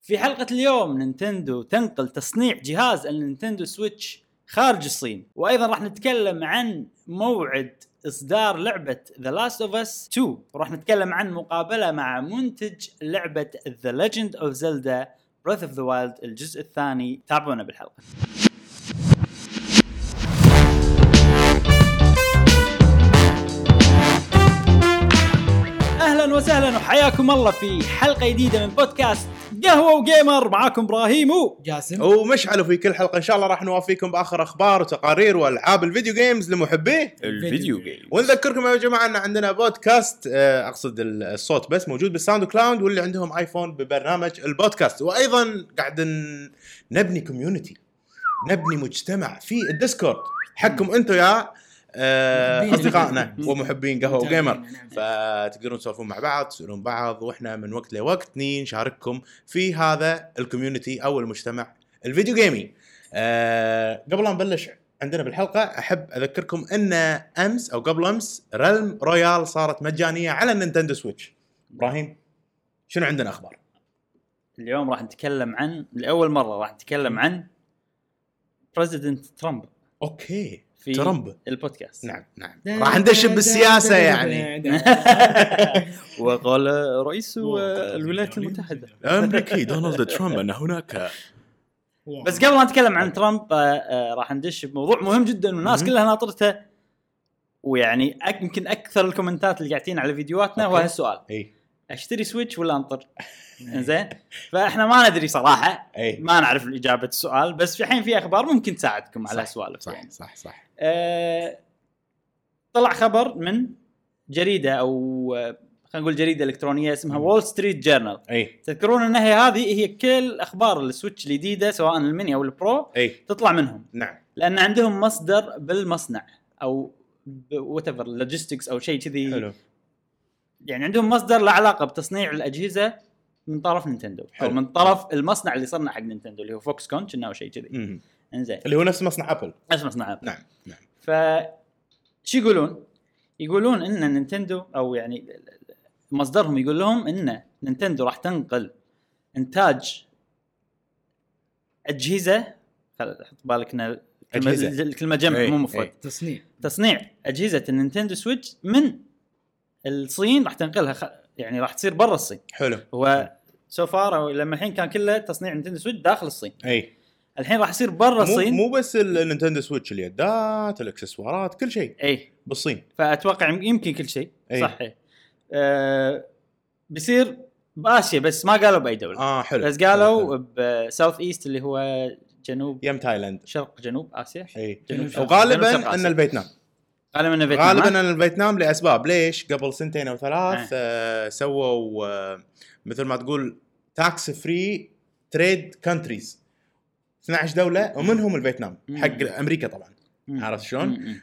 في حلقة اليوم نينتندو تنقل تصنيع جهاز النينتندو سويتش خارج الصين، وأيضا راح نتكلم عن موعد إصدار لعبة The Last of Us 2، وراح نتكلم عن مقابلة مع منتج لعبة The Legend of Zelda Breath of the Wild الجزء الثاني. تابعونا بالحلقة. أهلا وسهلا وحياكم الله في حلقة جديدة من بودكاست قهوة وجيمر. معاكم إبراهيم وجاسم ومشعل. في كل حلقة إن شاء الله راح نوافيكم بآخر أخبار وتقارير وألعاب الفيديو جيمز لمحبيه الفيديو جيمز. ونذكركم يا جماعة أن عندنا بودكاست، أقصد الصوت بس، موجود بالساوند كلاود، واللي عندهم آيفون ببرنامج البودكاست. وأيضا قاعد نبني كوميونيتي، نبني مجتمع في الديسكورد حقكم أنتم يا أصدقائنا ومحبين قهوة وجيمر، فتقدرون تسولفون مع بعض، تسألون بعض، وإحنا من وقت لوقت نشارككم في هذا الكوميونيتي أو المجتمع الفيديو جيمي. قبل لا نبلش عندنا بالحلقة، أحب أذكركم أن أمس أو قبل أمس ريلم رويال صارت مجانية على النينتندو سويتش. إبراهيم، شنو عندنا أخبار؟ اليوم راح نتكلم عن لأول مرة راح نتكلم عن بريزيدنت ترامب. أوكي، في ترامب البودكاست. نعم راح ندش بالسياسة يعني. وقال رئيس الولايات المتحدة الأمريكي دونالد ترامب أن هناك. بس قبل ما نتكلم عن ترامب راح ندش بموضوع مهم جدا والناس كلها ناطرته، ويعني يمكن أكثر الكومنتات اللي قاعدين على فيديوهاتنا وهو السؤال: أشتري سويتش ولا أنطر؟ زين، فإحنا ما ندري صراحة، ما نعرف الإجابة السؤال، بس في حين في أخبار ممكن تساعدكم على سؤال. صح. طلع خبر من جريدة أو خلينا نقول جريدة إلكترونية اسمها وول ستريت جورنال. تذكرون أنها هذه هي كل أخبار السويتش الجديدة سواء الميني أو البرو تطلع منهم. نعم، لأن عندهم مصدر بالمصنع أو whatever logistics أو شيء كذي. حلو. يعني عندهم مصدر له علاقة بتصنيع الأجهزة من طرف نينتندو أو من طرف المصنع اللي صنع حق نينتندو اللي هو فوكس كون كنا أو شيء كذي. إنزين، اللي هو نفس مصنع أبل. نفس مصنع أبل. نعم. شو يقولون إن نينتندو أو يعني مصدرهم يقول لهم إن نينتندو راح تنقل إنتاج أجهزة، حط بالك إن الكلمة جمع مو مفرد. تصنيع أجهزة النينتندو سويتش من الصين راح تنقلها، يعني راح تصير برا الصين. حلو. هو سوفار لما الحين كان كله تصنيع نينتندو سويتش داخل الصين، الحين راح يصير برا الصين. مو بس النينتندو سويتش، اليدات، الاكسسوارات، كل شيء بالصين. فأتوقع يمكن كل شيء صحيح. بيصير بآسيا بس ما قالوا بأي دولة. حلو. بس قالوا بساوث إيست اللي هو جنوب يم تايلاند، شرق جنوب آسيا. وغالبا أن الفيتنام. غالبا أن الفيتنام لأسباب. ليش؟ قبل 2 أو 3 سووا مثل ما تقول تاكس فري تريد كونتريز 12 دولة ومنهم الفيتنام حق أمريكا طبعا. عرفت شلون؟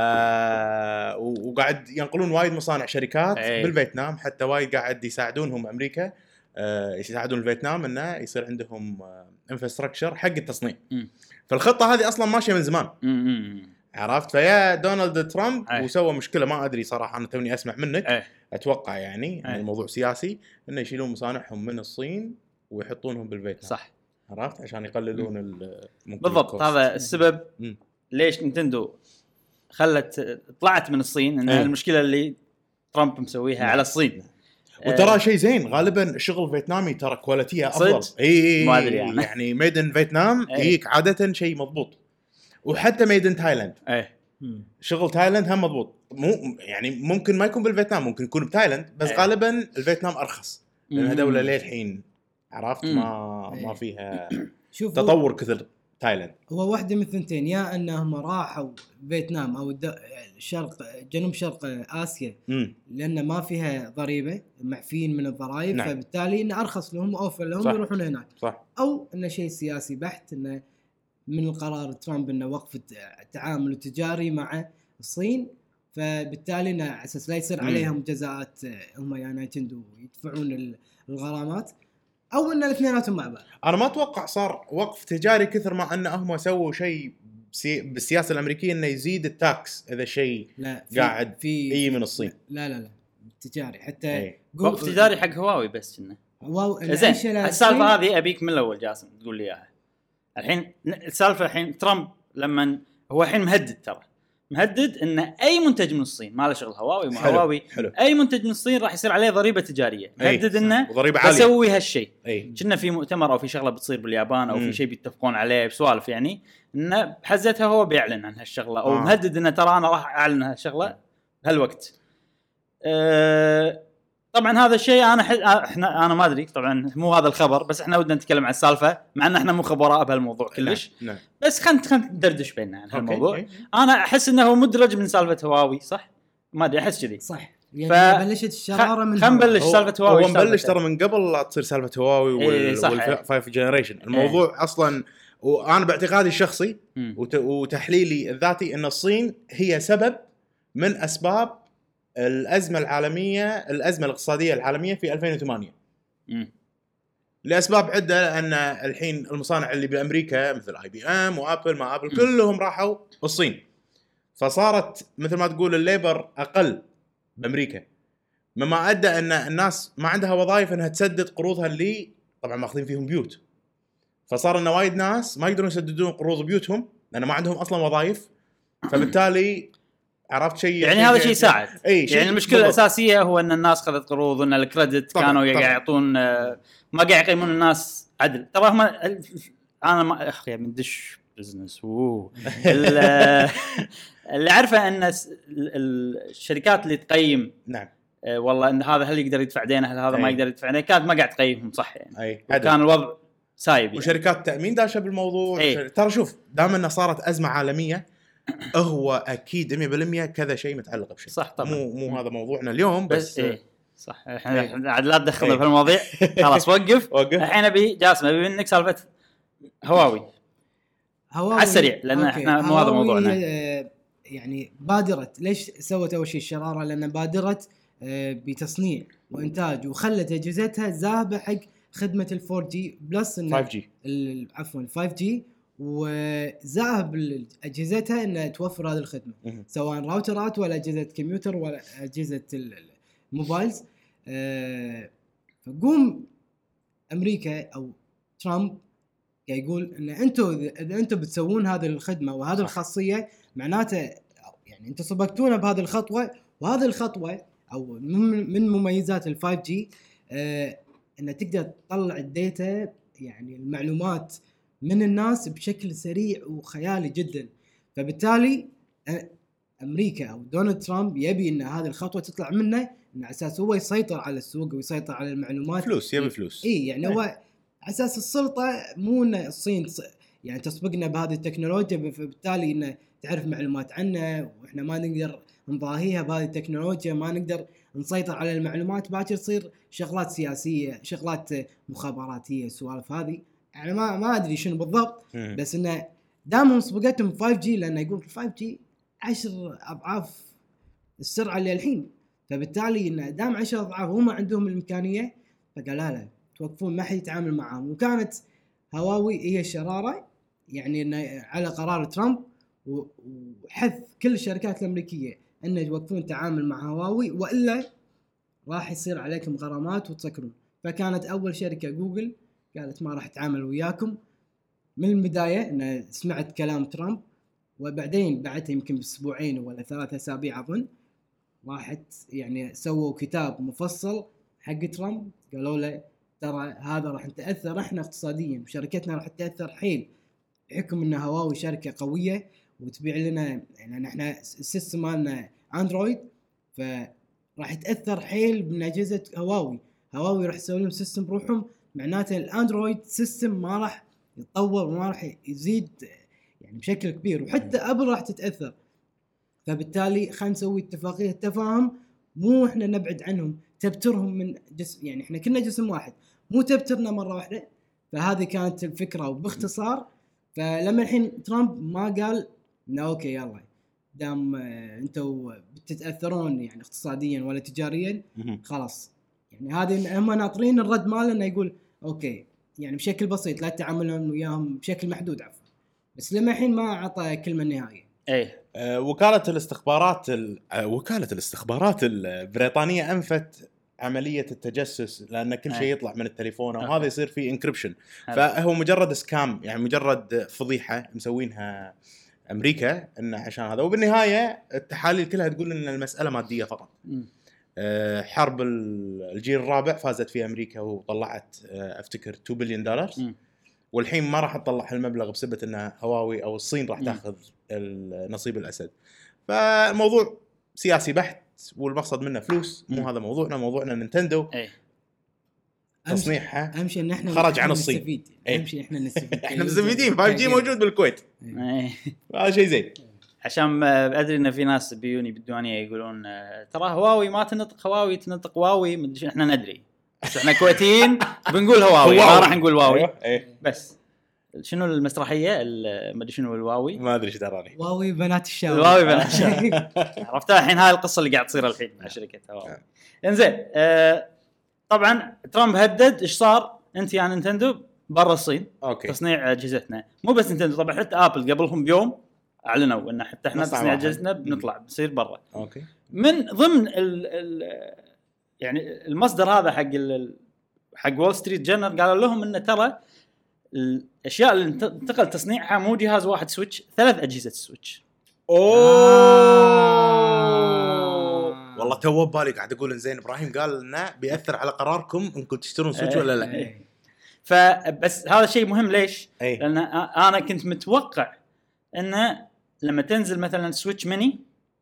وقاعد ينقلون وايد مصانع شركات بالفيتنام، حتى وايد قاعد يساعدونهم أمريكا، يساعدون الفيتنام إنه يصير عندهم انفراستراكشر حق التصنيع. فالخطة هذه أصلا ماشية من زمان. عرفت؟ فيا دونالد ترامب وسوى مشكلة ما أدري صراحة، أنا توني أسمع منك. أتوقع يعني الموضوع سياسي، إنه يشيلون مصانعهم من الصين ويحطونهم بالفيتنام. صح، عرفت؟ عشان يقللون بالضبط. هذا السبب ليش نينتندو طلعت من الصين، إن المشكلة اللي ترامب مسويها على الصين. وترى شيء زين، غالبا الشغل الفيتنامي ترى كواليتيه أفضل. ما أدري يعني ميد إن فيتنام هيك عادة شيء مضبوط. وحتى ميد إن تايلاند، شغل تايلاند هم مضبوط. مو يعني ممكن ما يكون بالفيتنام، ممكن يكون بتايلاند، بس غالبا الفيتنام أرخص لأنها دولة للحين، عرفت، ما فيها تطور كثر تايلاند. هو واحدة من الثنتين، يا أنهم راحوا فيتنام أو جنوب شرق آسيا لأن ما فيها ضريبة، معفين من الضرائب. فبالتالي إنه أرخص لهم وأوفر لهم يروحون هناك. أو إنه شيء سياسي بحت، إنه من القرار ترامب إنه وقف التعامل التجاري مع الصين، فبالتالي إنه أساس لا يصير عليهم جزاءات هم يعني نينتندو يدفعون الغرامات، أو إن الاثنيناتهم مع بعض. أنا ما أتوقع صار وقف تجاري كثر ما أن هم سووا شيء بالسياسة الأمريكية إنه يزيد التاكس إذا شيء قاعد في من الصين. لا تجاري حتى وقف تجاري حق هواوي بس إنه زين السالفه هذه ابيك من الاول جاسم تقول لي اياها. الحين السالفه الحين ترامب لما هو الحين مهدد ان اي منتج من الصين ما له شغل هواوي ما هواوي اي منتج من الصين راح يصير عليه ضريبه تجاريه. مهدد انه بسوي هالشيء. كنا في مؤتمر او في شغله بتصير باليابان او في شيء بيتفقون عليه بسوالف يعني انه بحزتها هو بيعلن عن هالشغله او مهدد انه ترى انا راح اعلن هالشغله بهالوقت. طبعا هذا الشيء انا ما ادري طبعا مو هذا الخبر بس احنا ودنا نتكلم عن السالفه مع ان احنا مو خبراء بهالموضوع كلش. نعم. بس خلينا ندردش بيننا عن هالموضوع. انا احس انه هو مدرج من سالفه هواوي صح ما ادري احس كذي صح يعني بلشت الشراره من خلينا نبلش سالفه هواوي. هو مبلش ترى من قبل لا تصير سالفه هواوي وال5 جنريشن الموضوع اصلا. وانا باعتقادي الشخصي وتحليلي الذاتي ان الصين هي سبب من اسباب الأزمة الاقتصادية العالمية في 2008 لأسباب عدة. لأن الحين المصانع اللي بأمريكا مثل IBM وآبل ما آبل كلهم راحوا الصين فصارت مثل ما تقول الليبر أقل بأمريكا مما أدى أن الناس ما عندها وظائف أنها تسدد قروضها اللي طبعا ماخذين فيهم بيوت. فصار أن وايد ناس ما يقدرون يسددون قروض بيوتهم لأن ما عندهم أصلا وظائف فبالتالي عرفت شيء يعني هذا شيء يساعد. يعني المشكله الاساسيه هو ان الناس خذت قروض وان الكريدت كانوا يعطون ما قاعد يقيمون الناس عدل. ترى هم انا ما اخي من دش بزنس اللي عارفه ان الشركات اللي تقيم نعم والله ان هذا هل يقدر يدفع دينه هل هذا ما يقدر يدفع دينه كانت ما قاعد تقيمهم صح يعني كان الوضع سايب يعني. وشركات التامين داشه بالموضوع. ترى شوف دام انها صارت ازمه عالميه هو اكيد 100% كذا شيء متعلق بشيء صح طبعا. مو هذا موضوعنا اليوم بس صح احنا عاد لا تدخلنا في المواضيع خلاص وقف. الحين ابي جاسم ابي منك سالفه هواوي على السريع لان احنا مو هذا موضوعنا. يعني بادرت ليش سوت اول شيء الشراره لان بادرت بتصنيع وانتاج وخلت اجهزتها ذابه حق خدمه ال4G بلس 5G عفوا 5G وذهب اجهزتها انها توفر هذه الخدمه سواء راوترات ولا اجهزه كمبيوتر ولا اجهزه الموبايلز. فقوم امريكا او ترامب قاعد يقول ان اذا انتم بتسوون هذه الخدمه وهذه الخاصيه معناته يعني انتم سبقتونا بهذه الخطوه. وهذه الخطوه او من مميزات ال5G ان تقدر تطلع الداتا يعني المعلومات من الناس بشكل سريع وخيالي جدا. فبالتالي امريكا او دونالد ترامب يبي ان هذه الخطوه تطلع منه ان على اساس هو يسيطر على السوق ويسيطر على المعلومات. فلوس يبي فلوس. يعني هو على اساس السلطه مو ان الصين يعني تسبقنا بهذه التكنولوجيا فبالتالي انه تعرف معلومات عنه واحنا ما نقدر نضاهيها بهذه التكنولوجيا ما نقدر نسيطر على المعلومات. باكر تصير شغلات سياسيه شغلات مخابراتيه السوالف هذه يعني ما ادري شنو بالضبط بس انه دامهم سبقتهم 5G لانه يقول 5G 10 اضعاف السرعه اللي الحين. فبالتالي انه دام 10 اضعاف هم عندهم الامكانيه فقال لا توقفون ما حد يتعامل معهم. وكانت هواوي هي الشراره يعني انه على قرار ترامب وحث كل الشركات الامريكيه ان يوقفون تعامل مع هواوي والا راح يصير عليكم غرامات وتسكرون. فكانت اول شركه جوجل قالت ما راح اتعامل وياكم من البدايه. ان سمعت كلام ترامب وبعدين بعدها يمكن باسبوعين ولا 3 أسابيع اظن راحت يعني سووا كتاب مفصل حق ترامب قالوا له ترى هذا راح نتاثر احنا اقتصاديا وشركتنا راح تتاثر حيل بحكم ان هواوي شركه قويه وتبيع لنا يعني احنا السيستم مالنا اندرويد فراح يتاثر حيل من اجهزه هواوي راح يسوي لهم سيستم بروحهم معناته الاندرويد سيستم ما راح يتطور وما راح يزيد يعني بشكل كبير وحتى ابل راح تتاثر. فبالتالي خلينا نسوي اتفاقيه تفاهم مو احنا نبعد عنهم تبترهم من جسم يعني احنا كنا جسم واحد مو تبترنا مره واحده. فهذه كانت الفكره وباختصار. فلما الحين ترامب ما قال انه اوكي يلا دام انتم بتتاثرون يعني اقتصاديا ولا تجاريا خلاص يعني هذه هم ناطرين الرد ماله انه يقول اوكي يعني بشكل بسيط لا تتعاملون وياهم بشكل محدود عفوا. بس لما الحين ما اعطى كلمه نهائيه. وكاله الاستخبارات البريطانيه انفت عمليه التجسس، لان كل شيء يطلع من التليفون وهذا يصير فيه انكريبشن. فهو مجرد سكام، يعني مجرد فضيحه مسوينها امريكا انه عشان هذا. وبالنهايه التحاليل كلها تقول ان المساله ماديه فقط. حرب الجيل الرابع فازت فيها امريكا وطلعت افتكر $2 بليون، والحين ما راح تطلع هالمبلغ بسبب ان هواوي او الصين راح تاخذ النصيب الاسد. فالموضوع سياسي بحت والمقصد منه فلوس. مو هذا موضوعنا نينتندو تصنيعها اهم شيء ان احنا خرج عن الصين. اهم شيء احنا نستفيد. احنا مستفيدين 5G موجود بالكويت، هذا شيء زين. عشان ادري ان في ناس بيوني بالديوانيه يقولون ترى هواوي ما تنطق هواوي، تنطق واوي. احنا ندري بس احنا كويتيين بنقول هواوي ما راح نقول واوي. بس شنو المسرحيه ما ادري شنو الواوي، ما ادري ايش دراني. واوي بنات الشاوي، الواوي بنات الشاوي. عرفتها الحين هاي القصه اللي قاعد تصير الحين مع شركه هواوي. انزين طبعا ترامب هدد ايش صار انت يا نينتندو برا الصين تصنيع اجهزتنا. مو بس نينتندو طبعا حتى ابل قبلهم بيوم اعلنوا ان حتى احنا تصنيع اجهزتنا بنطلع بنصير برا. من ضمن يعني المصدر هذا حق وول ستريت جورنال قالوا لهم ان ترى الاشياء اللي انتقل تصنيعها مو جهاز واحد سويتش، 3 اجهزه سويتش. والله تو ببالي قاعد اقول زين ابراهيم قال انه بيأثر على قراركم انكم تشترون سويتش ولا لا. فبس هذا شيء مهم ليش؟ لان انا كنت متوقع انه لما تنزل مثلا سويتش ميني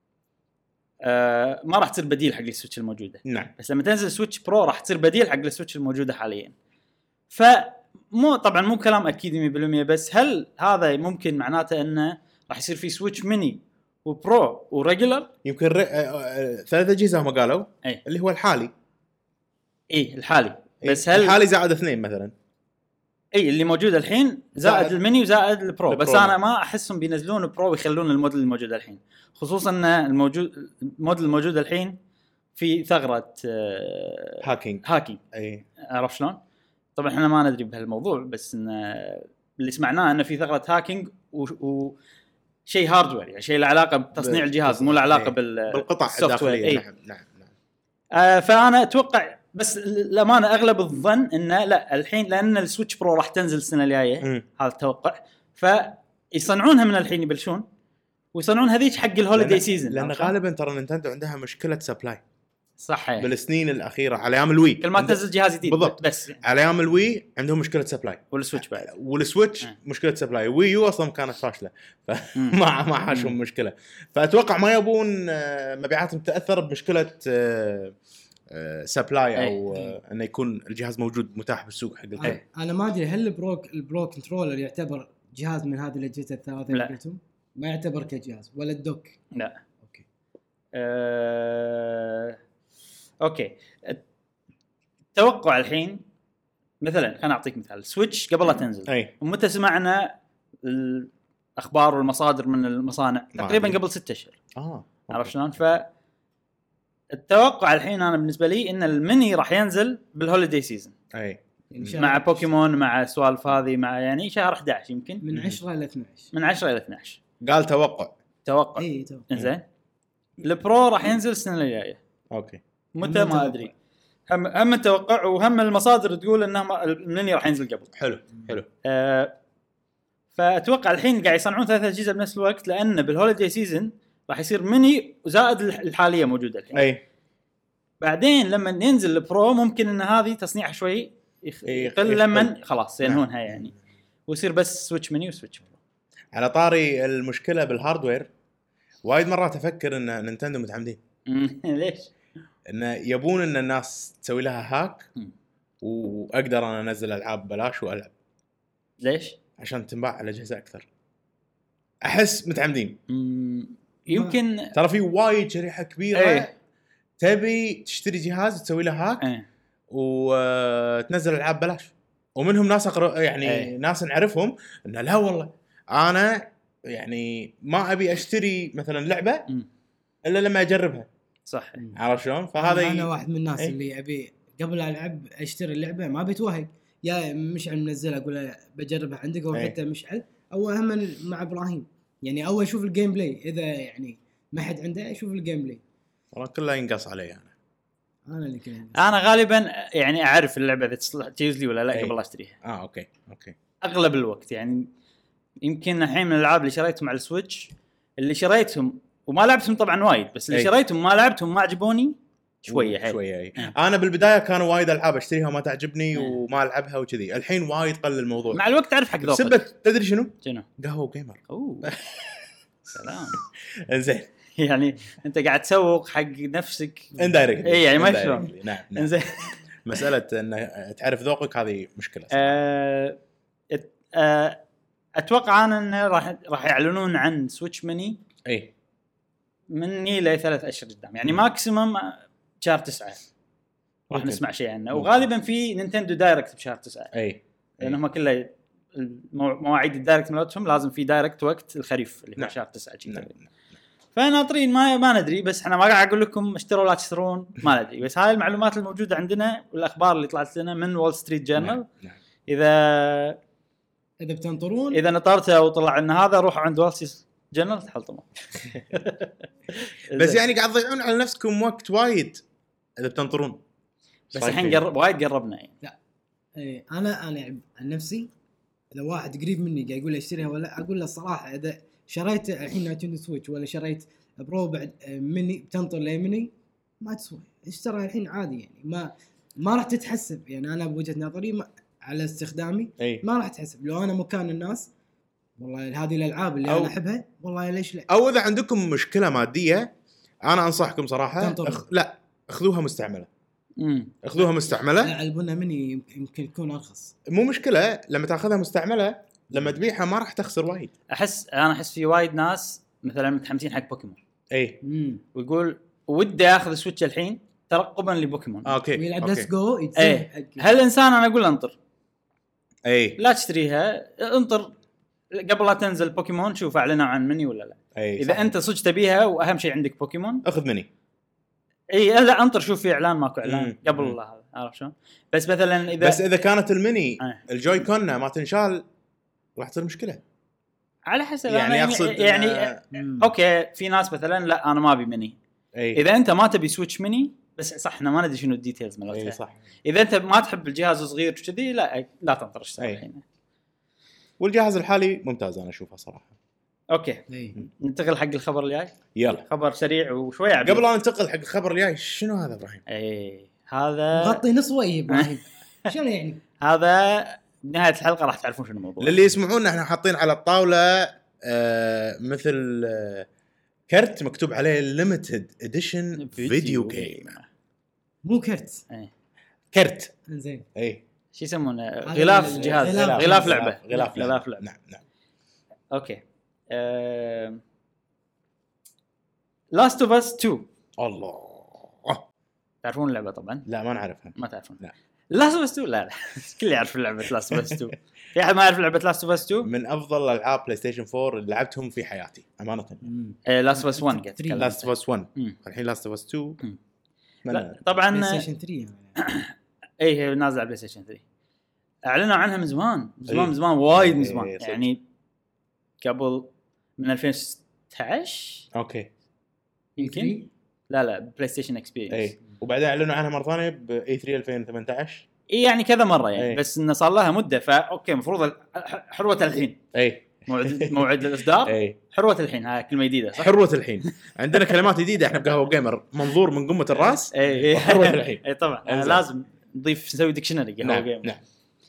ما راح تصير بديل حق السويتش الموجوده. نعم. بس لما تنزل سويتش برو راح تصير بديل حق السويتش الموجوده حاليا. فمو طبعا مو كلام اكيد 100%، بس هل هذا ممكن معناته انه راح يصير في سويتش ميني وبرو وريجولر؟ يمكن 3 اجهزه هم قالوا اللي هو الحالي. الحالي. بس هل الحالي زائد 2 مثلا؟ اللي موجود الحين زائد الميني وزائد البرو. بس انا ما احسهم بينزلون برو ويخلون الموديل الموجود الحين، خصوصا ان الموديل الموجود الحين في ثغره هاكينج. عرفت شلون؟ طبعا احنا ما ندري بهالموضوع، بس ان اللي سمعناه انه في ثغره هاكينج وشيء هاردوير، يعني شيء له علاقه بتصنيع الجهاز مو له علاقه بالقطع الداخليه. نعم. فانا اتوقع بس للامانه اغلب الظن انه لا الحين لان السويتش برو راح تنزل السنه الجايه، هذا التوقع، فيصنعونها من الحين يبلشون ويصنعون هذيك حق الهوليداي سيزن. لان غالبا ترى نينتندو عندها مشكله سبلاي صح بالسنين الاخيره على ايام الوي. كل ما تنزل جهاز جديد بالضبط. بس يعني. على ايام الوي عندهم مشكله سبلاي، والسويتش بعد والسويتش مشكله سبلاي. وي يو اصلا كانت فاشله ما حاشهم مشكله. فاتوقع ما يبون مبيعاتهم تاثر بمشكله سبلاي او انه يكون الجهاز موجود متاح بالسوق حق الكل. انا ما ادري هل البرو كنترولر يعتبر جهاز من هذه الاجهزه الثلاثه اللي قلتهم؟ ما يعتبر كجهاز ولا الدوك؟ لا. اوكي التوقع الحين مثلا خلينا نعطيك مثال سويتش قبل لا تنزل ومتى سمعنا الاخبار والمصادر من المصانع تقريبا قبل 6 اشهر. عرفت شلون؟ فالتوقع الحين انا بالنسبه لي ان الميني راح ينزل بالهوليداي سيزن مع بوكيمون مع سوالف هذه مع يعني شهر 11 يمكن من 10 إلى 12 من 10 إلى 12 قال توقع توقع زين. البرو راح ينزل السنه الجايه متى ما ادري. هم التوقع وهم المصادر تقول انه الميني راح ينزل قبل. حلو. فاتوقع الحين قاعد يصنعون 3 اجهزه بنفس الوقت لان بالهوليداي سيزن راح يصير ميني وزائد الحاليه موجوده الحين. بعدين لما ينزل البرو ممكن ان هذه تصنيعها شوي يقل لما خلاص ينهونها يعني ويصير بس سويتش ميني وسويتش برو. على طاري المشكله بالهاردوير وايد مرات افكر ان نينتندو متعمدين. ليش؟ انه يبون ان الناس تسوي لها هاك واقدر انا انزل العاب بلاش والعب. ليش؟ عشان تنباع على اجهزه اكثر. احس متعمدين. يمكن ترى في وايد شريحه كبيره تبي تشتري جهاز تسوي له هاك وتنزل العاب بلاش، ومنهم ناس يعني ناس نعرفهم ان لا والله انا يعني ما ابي اشتري مثلا لعبه الا لما اجربها. صح. عارف شلون؟ فهذا انا واحد من الناس اللي ابي قبل العب اشتري اللعبه ما بتوهق يا مشعل منزلها اقول بجربها عندك او حتى مشعل او اهم مع ابراهيم يعني اول اشوف الجيم بلاي اذا يعني ما حد عنده اشوف الجيم بلاي. والله كله ينقص علي انا اللي كذا. انا غالبا يعني اعرف اللعبه اذا تصلح تجوز لي ولا لا قبل لا اشتريها. اوكي اغلب الوقت يعني. يمكن الحين من الالعاب اللي شريتهم على السويتش اللي شريتهم وما لعبتهم طبعا وايد، بس اللي شريتهم ما لعبتهم ما عجبوني شويه. انا بالبدايه كانوا وايد العاب اشتريها وما تعجبني وما العبها وكذي. الحين وايد قل الموضوع مع الوقت تعرف حق ذوقك. سبة تدري شنو شنو قهوه جيمر. سلام. انزين يعني انت قاعد تسوق حق نفسك اندايركت. اي يعني ما شلون. نعم انزين. مساله ان تعرف ذوقك هذه مشكله. اتوقع انا انه راح يعلنون عن سويتش ميني اي مني ل 3 اشهر قدام، يعني ماكسيمم شهر 9 راح نسمع شيء عنه. وغالبا في نينتندو دايركت بشهر 9 لانهم كله مواعيد الدايركت مالتهم لازم في دايركت وقت الخريف اللي هو شهر 9 كذا. فناطرين ما ندري، بس احنا ما قاعد اقول لكم اشتروا لا تشترون، ما ندري. بس هاي المعلومات الموجوده عندنا والاخبار اللي طلعت لنا من وول ستريت جورنال. اذا بتنطرون، اذا نطرته وطلع ان هذا روحوا عند وول ستريت جورنال تحلطموا. بس يعني قاعد تضيعون على نفسكم وقت وايد اذا بتنطرون. بس الحين وايد قربنا يعني. لا انا عن نفسي لو واحد قريب مني قاعد يقول لي اشتريها ولا، اقول له الصراحه اذا شريت الحين نينتندو سويتش ولا شريت برو بعد ميني بتنطر لي ميني ما تسوي. اشتري الحين عادي يعني ما راح تتحسب. يعني انا بوجهه نظري على استخدامي ما راح تحسب. لو انا مكان الناس والله هذه الالعاب اللي انا احبها والله ليش لا. او اذا عندكم مشكله ماديه انا انصحكم صراحه لا اخذوها مستعمله. اخذوها مستعمله. علبونا مني يمكن يكون ارخص. مو مشكله لما تاخذها مستعمله لما تبيعها ما راح تخسر وايد. انا احس في وايد ناس مثلا متحمسين حق بوكيمون ويقول ودي اخذ السويتش الحين ترقبا لبوكيمون. اوكي يلعب ليتس جو. هالانسان انا اقول انطر اي لا تشتريها، انطر قبل لا تنزل بوكيمون شوف اعلنوا عن مني ولا لا. اذا صح. انت صدق تبيها واهم شيء عندك بوكيمون اخذ مني. لا انطر شوف في اعلان ماكو اعلان قبل هذا عارف شلون. بس مثلا اذا كانت الميني الجوي كون ما تنشال راح تصير مشكله على حسب. يعني اقصد يعني اوكي في ناس مثلا لا انا ما ابي ميني. اذا انت ما تبي سويتش ميني بس صح احنا ما ندري شنو الديتيلز مالتها. صح. اذا انت ما تحب الجهاز صغير وكذي لا تنطر الحين. والجهاز الحالي ممتاز انا اشوفه صراحه. اوكي ننتقل حق الخبر الجاي. يلا خبر سريع وشويه عبيد. قبل لا ننتقل حق الخبر الجاي شنو هذا ابراهيم؟ هذا مغطي نص وجهي ابراهيم. شنو يعني هذا؟ نهايه الحلقه راح تعرفون شنو الموضوع. للي يسمعونا احنا حاطين على الطاوله مثل كرت مكتوب عليه ليميتد اديشن فيديو جيم. مو كرت كرت زين. شو يسمونه غلاف جهاز غلاف لعبه. غلاف لعبه. نعم اوكي. لاست اوف اس 2. الله تعرفون اللعبه طبعا؟ لا ما نعرفها. ما تعرفون؟ لا لاست اوف اس 2 لا كل يعرف لعبه لاست اوف اس 2. في احد ما يعرف لعبه لاست اوف اس 2؟ من افضل العاب بلاي ستيشن 4 اللي لعبتهم في حياتي امانه. لاست اوف اس 1 قلت لاست اوف اس 1 الحين لاست اوف اس 2 طبعا بلاي ستيشن 3 هي نازله على بلاي ستيشن 3. اعلنوا عنها من زمان وايد من زمان يعني قبل من 2016. اوكي يمكن لا بلاي ستيشن اكسبيرينس. وبعدين اعلنوا عنها مره ثانيه باي 3 2018. يعني كذا مره يعني بس انه صار لها مده اوكي المفروض حروه الحين. موعد الاصدار. حروه الحين هاي كلمه جديده صح. حروه الحين عندنا كلمات جديده احنا بقهوه جيمر منظور من قمه الراس. حروه الحين طبعا لازم نضيف نسوي ديكشنري قهوه جيمر. نعم.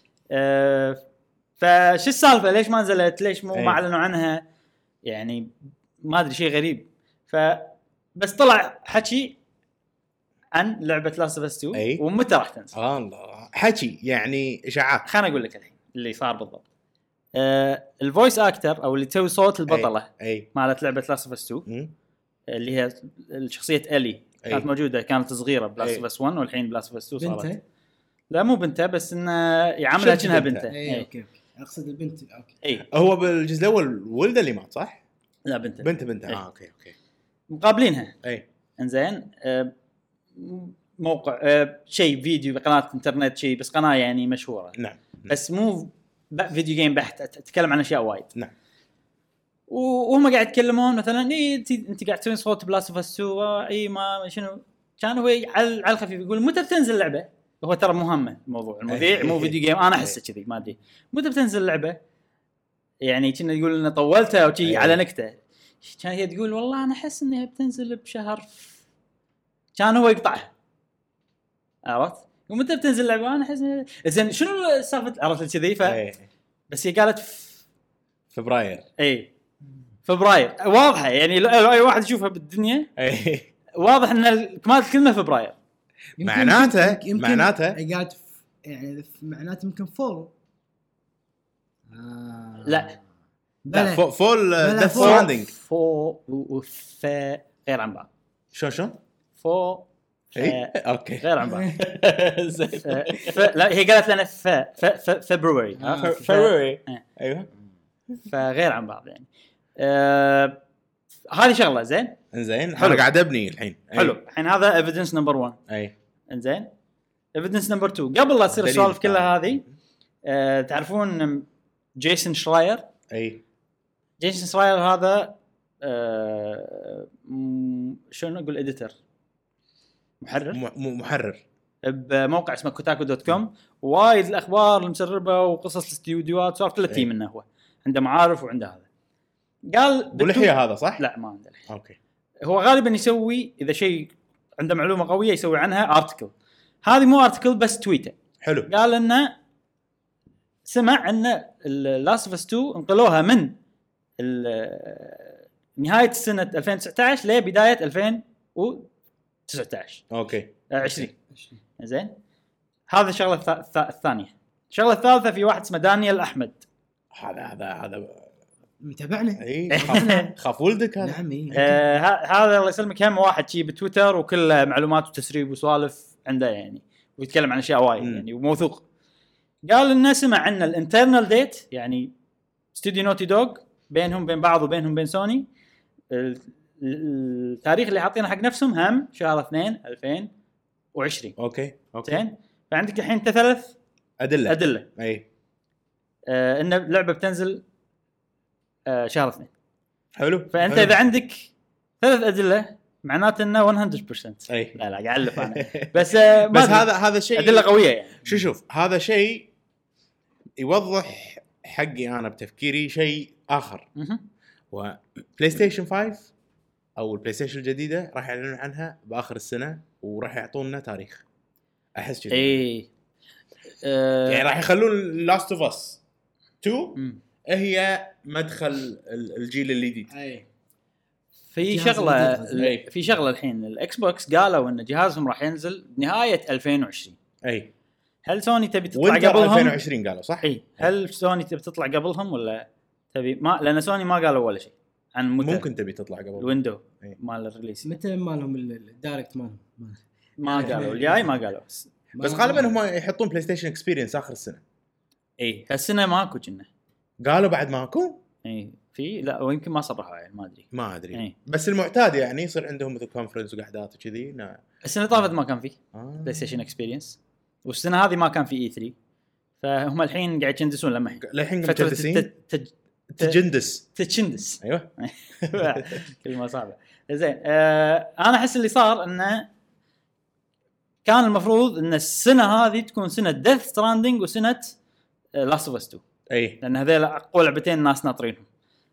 فشو السالفه ليش ما نزلت ليش ما اعلنوا عنها يعني ما ادري شيء غريب. بس طلع حكي عن لعبه لاست اوف اس 2 ومتى راح تنزل. الله حكي يعني اشاعات. خليني اقول لك الحين اللي صار بالضبط. الفويس اكتر او اللي تسوي صوت البطله مالت لعبه لاست اوف اس 2 اللي هي الشخصيه الي كانت موجوده كانت صغيره بلاست اوف اس 1 والحين بلاست اوف اس 2 صارت بنته. لا مو بنته بس انه يعاملها كأنها بنته. اوكي اقصد البنت. اوكي هو بالجزء الاول ولد اللي مات صح؟ لا بنته. اوكي مقابلينها. انزين موقع شيء فيديو بقناه انترنت شيء بس قناه يعني مشهوره. نعم. بس مو فيديو جيم بحت تتكلم عن اشياء وايد. نعم. وهم قاعد يتكلمون مثلا انت قاعد تسوي صوت بلاست اوف اس 2 ما شنو كان هو على الخفيف يقول متى بتنزل اللعبه. هو ترى مهمه الموضوع المذيع مو فيديو جيم. انا احسه كذي ما ادري متى بتنزل اللعبه. يعني كنا يقول لنا طولتها او شيء على نكته. كان هي تقول والله انا احس انها بتنزل بشهر. كان هو يقطعها عرفت. ومتى بتنزل اللعبه انا احس زين شنو سالفه عرفت كذي. بس هي قالت فبراير. اي فبراير واضحه يعني لو اي واحد يشوفها بالدنيا واضح ان كمال الكلمه فبراير. معناته قالت يعني معناته يمكن فول. لا فول ديث ستراندينج غير عن بعض. شلون اوكي غير عن بعض. لا هي قالت لنا فبراير ايوه فغير عن بعض يعني. هذه شغله زين انا قاعد ابني الحين. حلو الحين هذا ايفيدنس نمبر 1. اي انزين ايفيدنس نمبر 2 قبل لا تصير السوالف كلها هذه. تعرفون جيسون شراير؟ اي جيسون شراير هذا شلون اقول اديتور محرر بموقع اسمه kotaku.com. وايد الاخبار المسربه وقصص الاستديوهات صار كله تيم منه. هو عنده معارف وعنده هذا. قال ولحيه هذا صح؟ لا ما عنده لحيه. اوكي هو غالبا يسوي اذا شيء عنده معلومه قويه يسوي عنها ارتكل. هذه مو ارتكل بس تويته. حلو. قال انه سمع ان لاست اوف اس 2 انقلوها من نهايه السنه 2019 لبدايه 2019. اوكي 20 زين. هذا الشغله الثانيه. الشغله الثالثه في واحد اسمه دانيال احمد. هذا متابعنا. اي خاف ولدك هذا. نعم هذا الله يسلمك هم واحد شيء بتويتر وكل معلومات وتسريب وسوالف عنده يعني ويتكلم عن اشياء وايد يعني وموثوق. قال لنا سمع عن الانترنال ديت يعني استوديو نوتي دوغ بينهم بين بعض وبينهم بين سوني التاريخ اللي حاطينه حق نفسهم هم شهر 2 2020. اوكي زين. فعندك الحين انت 3 ادله اي ان اللعبه بتنزل شهر 2. حلو. فانت اذا عندك 3 ادله معناته انه 100%. أي. لا قاعد الف انا بس بس هذا شيء ادله قويه يعني. شوف هذا شيء يوضح حقي انا بتفكيري شيء اخر. وبلاي ستيشن 5 او البلاي ستيشن الجديده راح يعلنون عنها باخر السنه وراح يعطونا تاريخ. احس كذا اي يعني راح يخلون لاست اوف اس 2 هي مدخل الجيل الجديد. اي في شغله الحين الاكس بوكس قالوا ان جهازهم راح ينزل نهايه 2020. اي هل سوني تبي تطلع قبلهم 2020 قالوا صح؟ اي هل سوني تبي تطلع قبلهم ولا تبي ما لان سوني ما قالوا ولا شيء عن متى ممكن تبي تطلع قبل الويندو مال الريليس. متى مالهم الدايركت مالهم ما قالوا الجاي ما قالوا بس غالبا هم يحطون بلاي ستيشن اكسبيرينس اخر السنه. اي هالسنه ماكو كنا قالوا بعد ماكو. اي في لا ويمكن ما صرحوا يعني ما ادري أي. بس المعتاد يعني يصير عندهم مثل كونفرنس وقعدات وكذي. السنه طافت ما كان في بلاي ستيشن اكسبيرينس والسنه هذه ما كان في اي 3 فهم الحين قاعد يندسون لما الحين تجندس ايوه كلمه صعبه. زين انا احس اللي صار انه كان المفروض ان السنه هذه تكون سنه ديث ستراندينج وسنه لاست اوف اس 2. اي لان هذول اقوى لعبتين الناس ناطرينهم.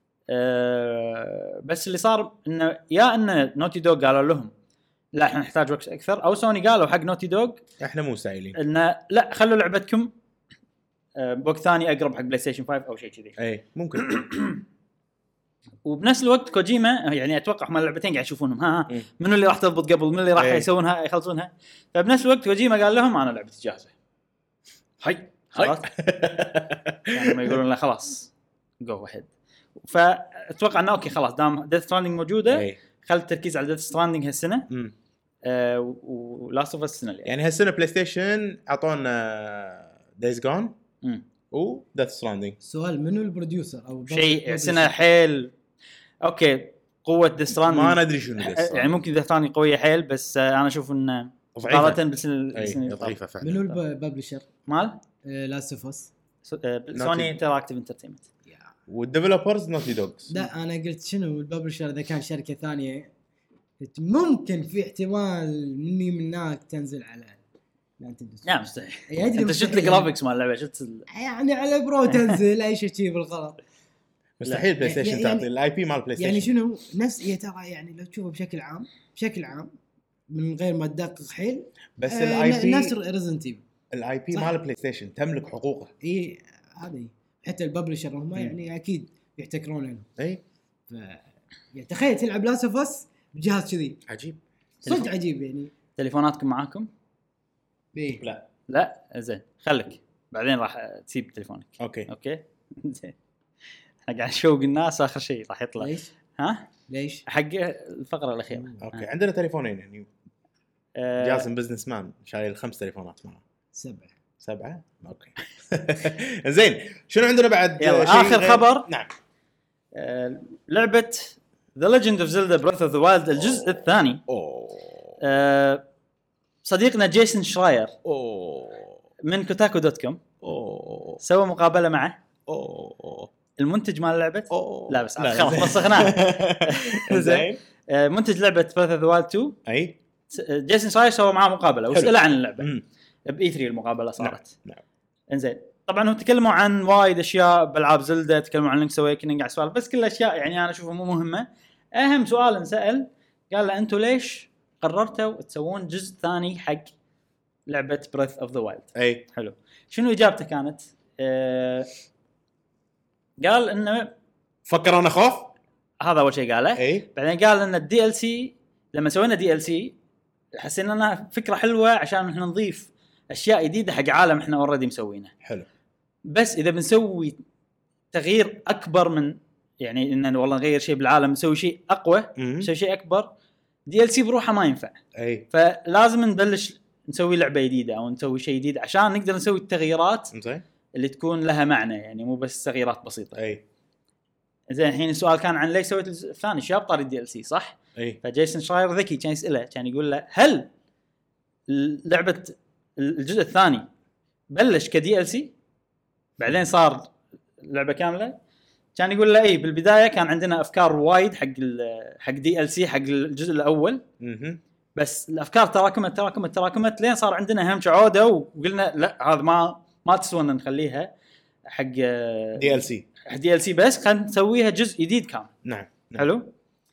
بس اللي صار انه يا ان نوتي دوغ قالوا لهم لا احنا نحتاج وقت اكثر او سوني قالوا حق نوتي دوغ احنا مو سائلين انه لا خلوا لعبتكم بوقت ثاني اقرب حق بلاي ستيشن 5 او شيء كذي. اي ممكن. وبنفس الوقت كوجيما يعني اتوقع هم اللعبتين قاعد يشوفونهم منو اللي راح تضبط قبل منو اللي راح يسوونها يخلصونها. فبنفس الوقت كوجيما قال لهم انا لعبتي جاهزه هاي خلاص يعني يقولون لا خلاص جو واحد. فاتوقع انه اوكي خلاص دام ديث ستراندينج موجوده خل التركيز على ديث ستراندينج هالسنه ولاست اوف اس السنه يعني هالسنه بلاي ستيشن اعطونا دايز جون وديث ستراندينج. سؤال منو البروديوسر او شيء سنه حيل اوكي قوه ديث ستراندينج ما ندري شنو يعني ممكن ديث ستراندينج قويه حيل بس انا اشوف انه ضعيفه بالسنه ضعيفه فعلا. منو الببلشر مال لاست اوف اس؟ سوني انتراكتيف انترتينمنت والديفلوبرز نوتي دوغز. لا انا قلت شنو الببلشر اذا كان شركه ثانيه ممكن في احتمال مني منك تنزل على نينتندو. لا مستحيل. انت شفت الجرافيكس مال اللعبه، شفت يعني على برو تنزل اي شيء بالغلط. مستحيل بلاي ستيشن تعطي الاي بي مال بلاي ستيشن. يعني شنو نفس ترى يعني لو تشوفه بشكل عام من غير ما تدقق حيل، بس الاي بي نفس ريزنت ايفل، الاي بي مال بلاي ستيشن تملك حقوقه. اي هذه حتى الببلشر هم يعني اكيد يحتكرونه. اي يعني تخيل تلعب لاست اوف اس بجهاز كذي، عجيب صدق عجيب. يعني تليفوناتكم معاكم؟ ايه لا زين خليك بعدين راح تسيب تليفونك. اوكي زين. احنا قاعد نشوق الناس اخر شيء راح يطلع. ليش؟ ليش؟ حق الفقره الاخيره. اوكي عندنا تليفونين يعني. جاسم بزنس مان شايل 5 تليفونات معه. 7 اوكي. زين شنو عندنا بعد؟ اخر خبر. نعم. لعبه The Legend of Zelda Breath of the Wild الجزء الثاني. صديقنا جيسون شراير من kotaku.com سوى مقابله معه. المنتج مال اللعبه لا بس خلاص مسخناه. زين منتج لعبه Breath of the Wild 2. اي جيسون شراير سوى معاه مقابله وسأله عن اللعبه ب E3 المقابله صارت. نعم. انزين طبعا هم تكلموا عن وايد اشياء بالعاب زلدة، تكلموا عن لينكس اويكننج، على سؤال بس كل اشياء يعني انا اشوفها مو مهمه. اهم سؤال انسال قال له انتم ليش قررتوا تسوون جزء ثاني حق لعبه بريث اوف ذا وايلد؟ اي حلو. شنو اجابته كانت؟ قال انه فكر انا خوف. هذا اول شيء قاله. بعدين قال ان الدي ال سي لما سوينا دي ال سي حسينا انها فكره حلوه عشان احنا نضيف اشياء جديده حق عالم احنا اوريدي مسوينه. حلو. بس اذا بنسوي تغيير اكبر من يعني ان والله نغير شيء بالعالم، نسوي شيء اقوى، نسوي شيء اكبر، دي ال سي بروحه ما ينفع. فلازم نبلش نسوي لعبه جديده او نسوي شيء جديد عشان نقدر نسوي التغييرات اللي تكون لها معنى، يعني مو بس تغييرات بسيطه. زين الحين السؤال كان عن ليش سويت الثاني شاب طاري الدي ال سي صح؟ فجيسون شراير ذكي كان يساله، كان يقول له هل لعبه الجزء الثاني بلش كدي ال سي بعدين صار لعبه كامله؟ كان يقول له اي بالبدايه كان عندنا افكار وايد حق دي ال سي حق الجزء الاول، بس الافكار تراكمت لين صار عندنا همش عوده وقلنا لا هذا ما تسوى ان نخليها حق دي ال سي بس خلينا نسويها جزء جديد كامل. نعم. حلو.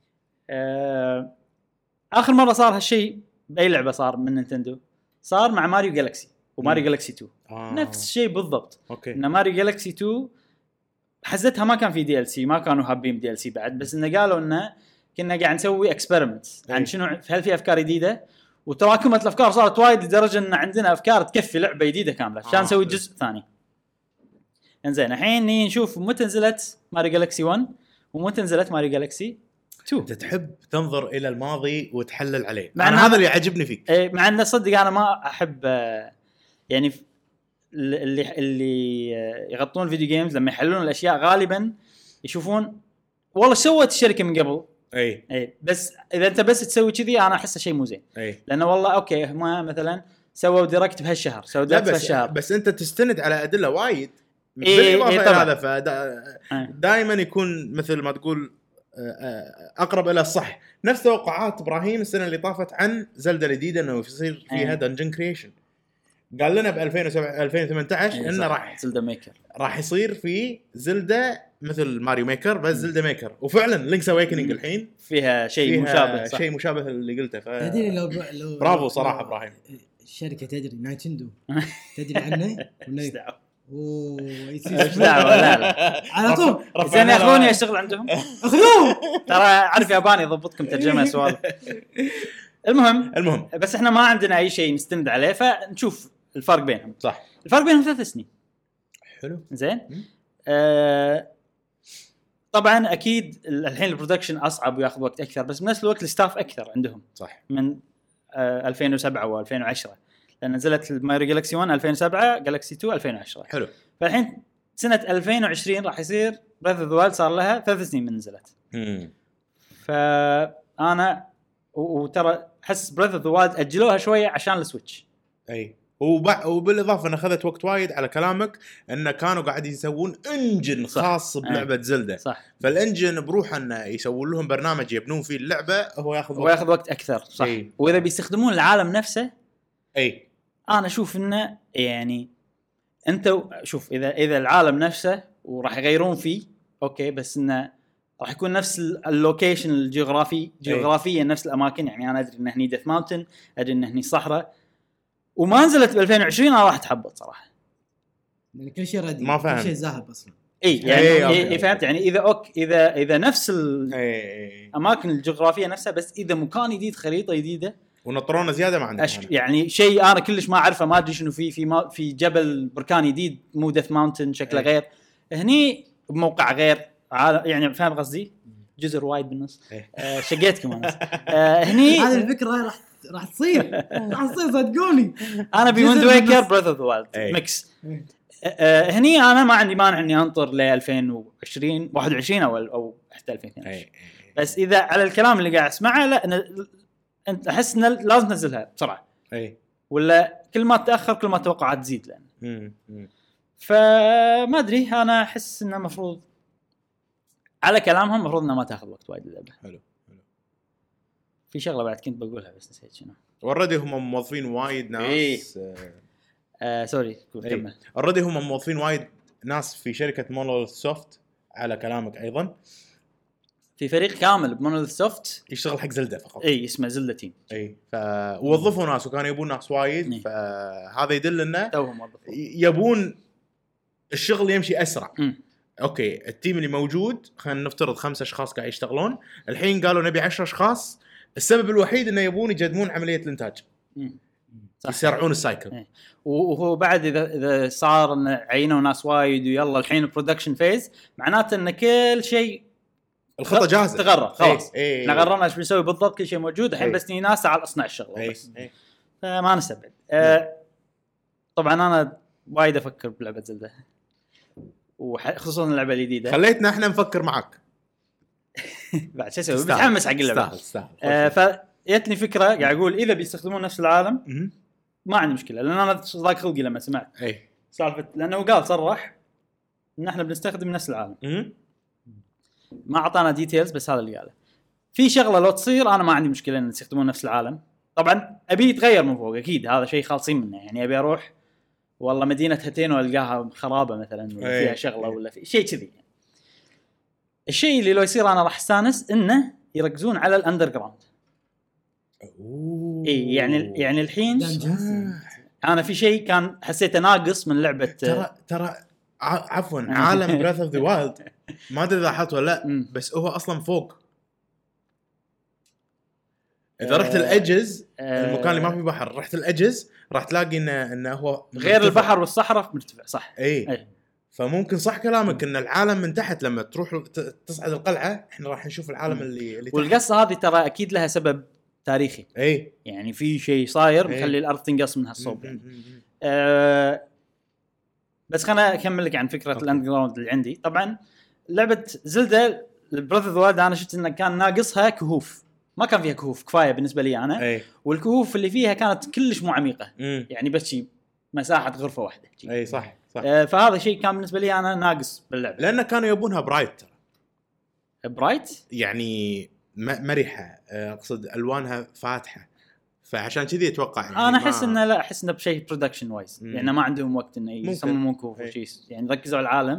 اخر مره صار هالشيء باي لعبه صار من نينتندو، صار مع ماريو جالكسي وماريو جالكسي 2. نفس الشيء بالضبط. ان ماريو جالكسي 2 حزتها ما كان في دي ال سي، ما كانوا حابين دي ال سي بعد، بس انه قالوا انه كنا قاعد نسوي اكسبيرمنتس عن شنو هل في افكار جديده، وتراكمت الافكار صارت وايد لدرجه ان عندنا افكار تكفي لعبه جديده كامله عشان نسوي جزء ثاني. انزين الحين نشوف متى نزلت ماريو جالكسي 1 ومتى نزلت ماريو جالكسي 2. انت تحب تنظر الى الماضي وتحلل عليه، انا هذا اللي يعجبني فيك. مع ان صدق انا ما احب يعني اللي يغطون الفيديو جيمز لما يحللون الاشياء غالبا يشوفون والله سوت الشركه من قبل. اي بس اذا انت بس تسوي كذي انا احسه شيء مو زين، لانه والله اوكي ما مثلا سووا دايركت بهالشهر، سووا دايركت بهالشهر، بس انت تستند على ادله وايد بالاضافه هذا، فدائما يكون مثل ما تقول اقرب الى الصح. نفس توقعات ابراهيم السنه اللي طافت عن زلدة الجديده انه يصير فيها دنجن كرييشن، قال لنا ب 2018 انه راح يصير في زلدة مثل ماريو ميكر بس زلدة ميكر، وفعلا لينكس اويكننج الحين فيها شيء مشابه، شيء مشابه اللي قلته. تدري لو برافو صراحه ابراهيم. الشركه تدري نايتندو تدري عنه ولا ايش دعوه؟ لا على طول زين ياخذوني اشتغل عندهم، اخذوه ترى عارف ياباني يضبطكم ترجمه سؤال. المهم بس احنا ما عندنا اي شيء نستند عليه، فنشوف الفرق بينهم. صح، الفرق بينهم 3 سنين. حلو. زين طبعا اكيد الحين البرودكشن اصعب وياخذ وقت اكثر، بس بنفس الوقت الستاف اكثر عندهم. صح. من 2007 و2010 لان نزلت ماريو جالكسي 1 2007، جالكسي 2 2010. حلو. فالحين سنه 2020 راح يصير بريث اوف ذا وايلد صار لها 3 سنين من نزلت. فانا وترى حس بريث اوف ذا وايلد اجلوها شويه عشان السويتش. وبالاضافه انا اخذت وقت وايد على كلامك ان كانوا قاعدين يسوون انجن خاص بلعبه زلدة. صح. فالانجن بروحه انه يسوون لهم برنامج يبنون فيه اللعبه هو ياخذ وقت اكثر. صح. واذا بيستخدمون العالم نفسه انا اشوف انه يعني انت شوف اذا العالم نفسه وراح يغيرون فيه اوكي، بس انه راح يكون نفس اللوكيشن جغرافيا نفس الاماكن. يعني انا ادري ان هني ديث ماونتن، ادري ان هني صحراء، وما نزلت ب 2020 انا راح تحبط صراحه يعني كل شيء ردي، كل شيء ذهب اصلا. يعني فهمت يعني اذا نفس الاماكن الجغرافيه نفسها، بس اذا مكان جديد خريطه جديده ونطرونا زياده ما عندنا يعني شيء انا كلش ما اعرفه، ما ادري شنو في جبل بركان جديد مو ديث ماونتن شكله غير هني بموقع غير يعني فاهم قصدي، جزر وايد بالنص. شقيتكم انا هني هذه الفكره راح تصير صدقوني. انا بويند ويكر براذر اوف ذا وايلد ميكس. هني انا ما عندي مانع اني انطر ل 2020 21 او حتى 2022. بس اذا على الكلام اللي قاعد اسمعه لا انت احس ان لازم تنزلها بسرعه ولا كل ما تاخر كل ما توقعات تزيد لان فما ادري. انا احس انه المفروض على كلامهم المفروض انها ما تاخذ وقت وايد اللعبه. حلو. في شغله بعد كنت بقولها بس نسيت شنو. اوريدي هم موظفين وايد ناس سوري كمل. اوريدي هم موظفين وايد ناس في شركه مونوليث سوفت على كلامك ايضا. في فريق كامل بمونوليث سوفت يشتغل حق زلدة فقط. اسمه زلدة تيم. فوظفوا ناس وكانوا يبون ناس وايد. فهذا يدل انه يبون الشغل يمشي اسرع. اوكي التيم اللي موجود خلينا نفترض 5 اشخاص قاعد يشتغلون، الحين قالوا نبي 10 اشخاص. السبب الوحيد انه يبون يجدمون عمليه الانتاج، يسرعون السايكل. وهو بعد اذا صار ان عينوا ناس وايد ويلا الحين البرودكشن فيز، معناته ان كل شيء الخطه جاهزه تغرر خلاص. احنا قررنا ايش بنسوي بالضبط، كل شيء موجود الحين بس ناس على اصنع الشغله بس. فما نستبعد. طبعا انا وايد افكر بلعبه زلدة، وخصوصا اللعبه الجديده. خليتنا احنا نفكر معك بعد شو اسوي؟ بتحمس حق اللعبه. فجتني فكره قاعد اقول اذا بيستخدمون نفس العالم ما عندي مشكله، لان انا ضاق خلقي لما سمعت سالفه، لانه قال صرح ان احنا بنستخدم نفس العالم. ما اعطانا ديتيلز بس هذا اللي قاله. في شغله لو تصير انا ما عندي مشكله ان يستخدمون نفس العالم. طبعا ابي يتغير من فوق اكيد، هذا شيء خالصين منه. يعني ابي اروح والله مدينه هاتين والقاها خرابه مثلا ولا فيها شغله ولا في شيء كذي. الشيء اللي لو يصير انا راح استانس انه يركزون على الاندر جراوند. يعني الحين انا في شيء كان حسيته ناقص من لعبه. ترى عفوا عالم براث اوف ذا وايلد ما ادري اذا لاحظت ولا لا، بس هو اصلا فوق. اذا رحت الاجز المكان اللي ما فيه بحر، رحت الاجز راح تلاقي انه هو غير البحر والصحراء مرتفع. صح. أي. فممكن صح كلامك ان العالم من تحت لما تروح تصعد القلعه احنا راح نشوف العالم اللي والقصه هذه ترى اكيد لها سبب تاريخي. يعني في شيء صاير مخلي الارض تنقص من هالصوب. يعني بس خلنا اكمل لك عن فكره الاندرجراوند اللي عندي. طبعا لعبه زلدة براذر اوف ذا وايلد انا شفت انه كان ناقصها كهوف، ما كان فيها كهوف كفايه بالنسبه لي انا. والكهوف اللي فيها كانت كلش مو عميقه. يعني بس شيء مساحه غرفه واحده. صح. فهذا شيء كان بالنسبه لي انا ناقص باللعبه، لان كانوا يبونها برايت يعني مرحه. اقصد الوانها فاتحه، فعشان كذي اتوقع يعني انا احس انه لا احس انه بشيء برودكشن وايز. يعني ما عندهم وقت انه يصممون كهوف وشيء، يعني ركزوا على العالم.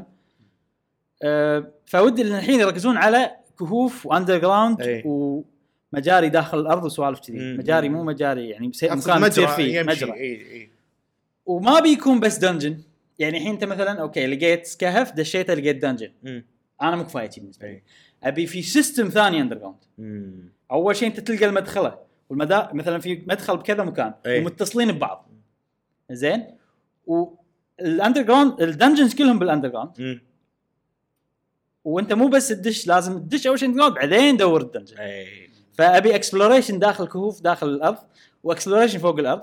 فودي الحين يركزون على كهوف واندر جراوند ومجاري داخل الارض وسوالف كذي. مجاري مو مجاري يعني مكان تصير فيه مجرى. وما بيكون بس دنجن. يعني الحين انت مثلا اوكي لقيت كهف دشيته لقيت دنجن، انا مو كفايتي بالنسبه لي. ابي في سيستم ثاني اندر جراوند. اول شيء انت تلقى المدخله مثلا في مدخل بكذا مكان ومتصلين ببعض. زين. والاندر جراوند الدنجنز كلهم بالاندر جراوند. وانت مو بس تدش، لازم تدش اول شيء اندر جراوند بعدين دور الدنجن. فابي اكسبلوريشن داخل كهوف داخل الارض واكسبلوريشن فوق الارض.